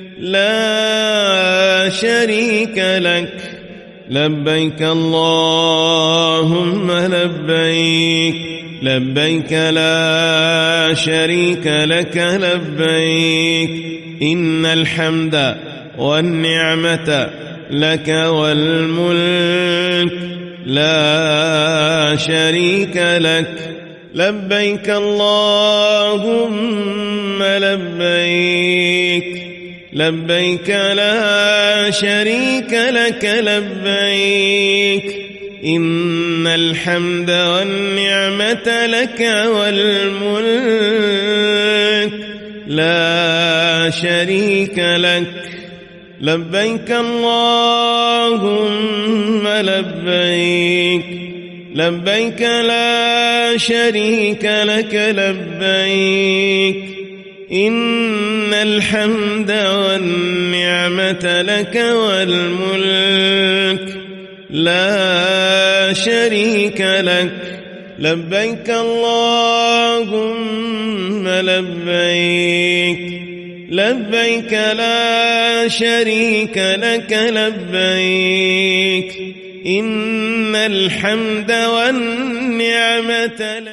[SPEAKER 1] لا شريك لك لبيك اللهم لبيك لبيك لا شريك لك لبيك إن الحمد والنعمة لك والملك لا شريك لك لبيك اللهم لبيك لبيك لا شريك لك لبيك إن الحمد والنعمة لك والملك لا شريك لك لبيك اللهم لبيك لبيك لا شريك لك لبيك إن الحمد والنعمة لك والملك لا شريك لك لبيك اللهم لبيك لبيك لا شريك لك لبيك إن الحمد والنعمة لك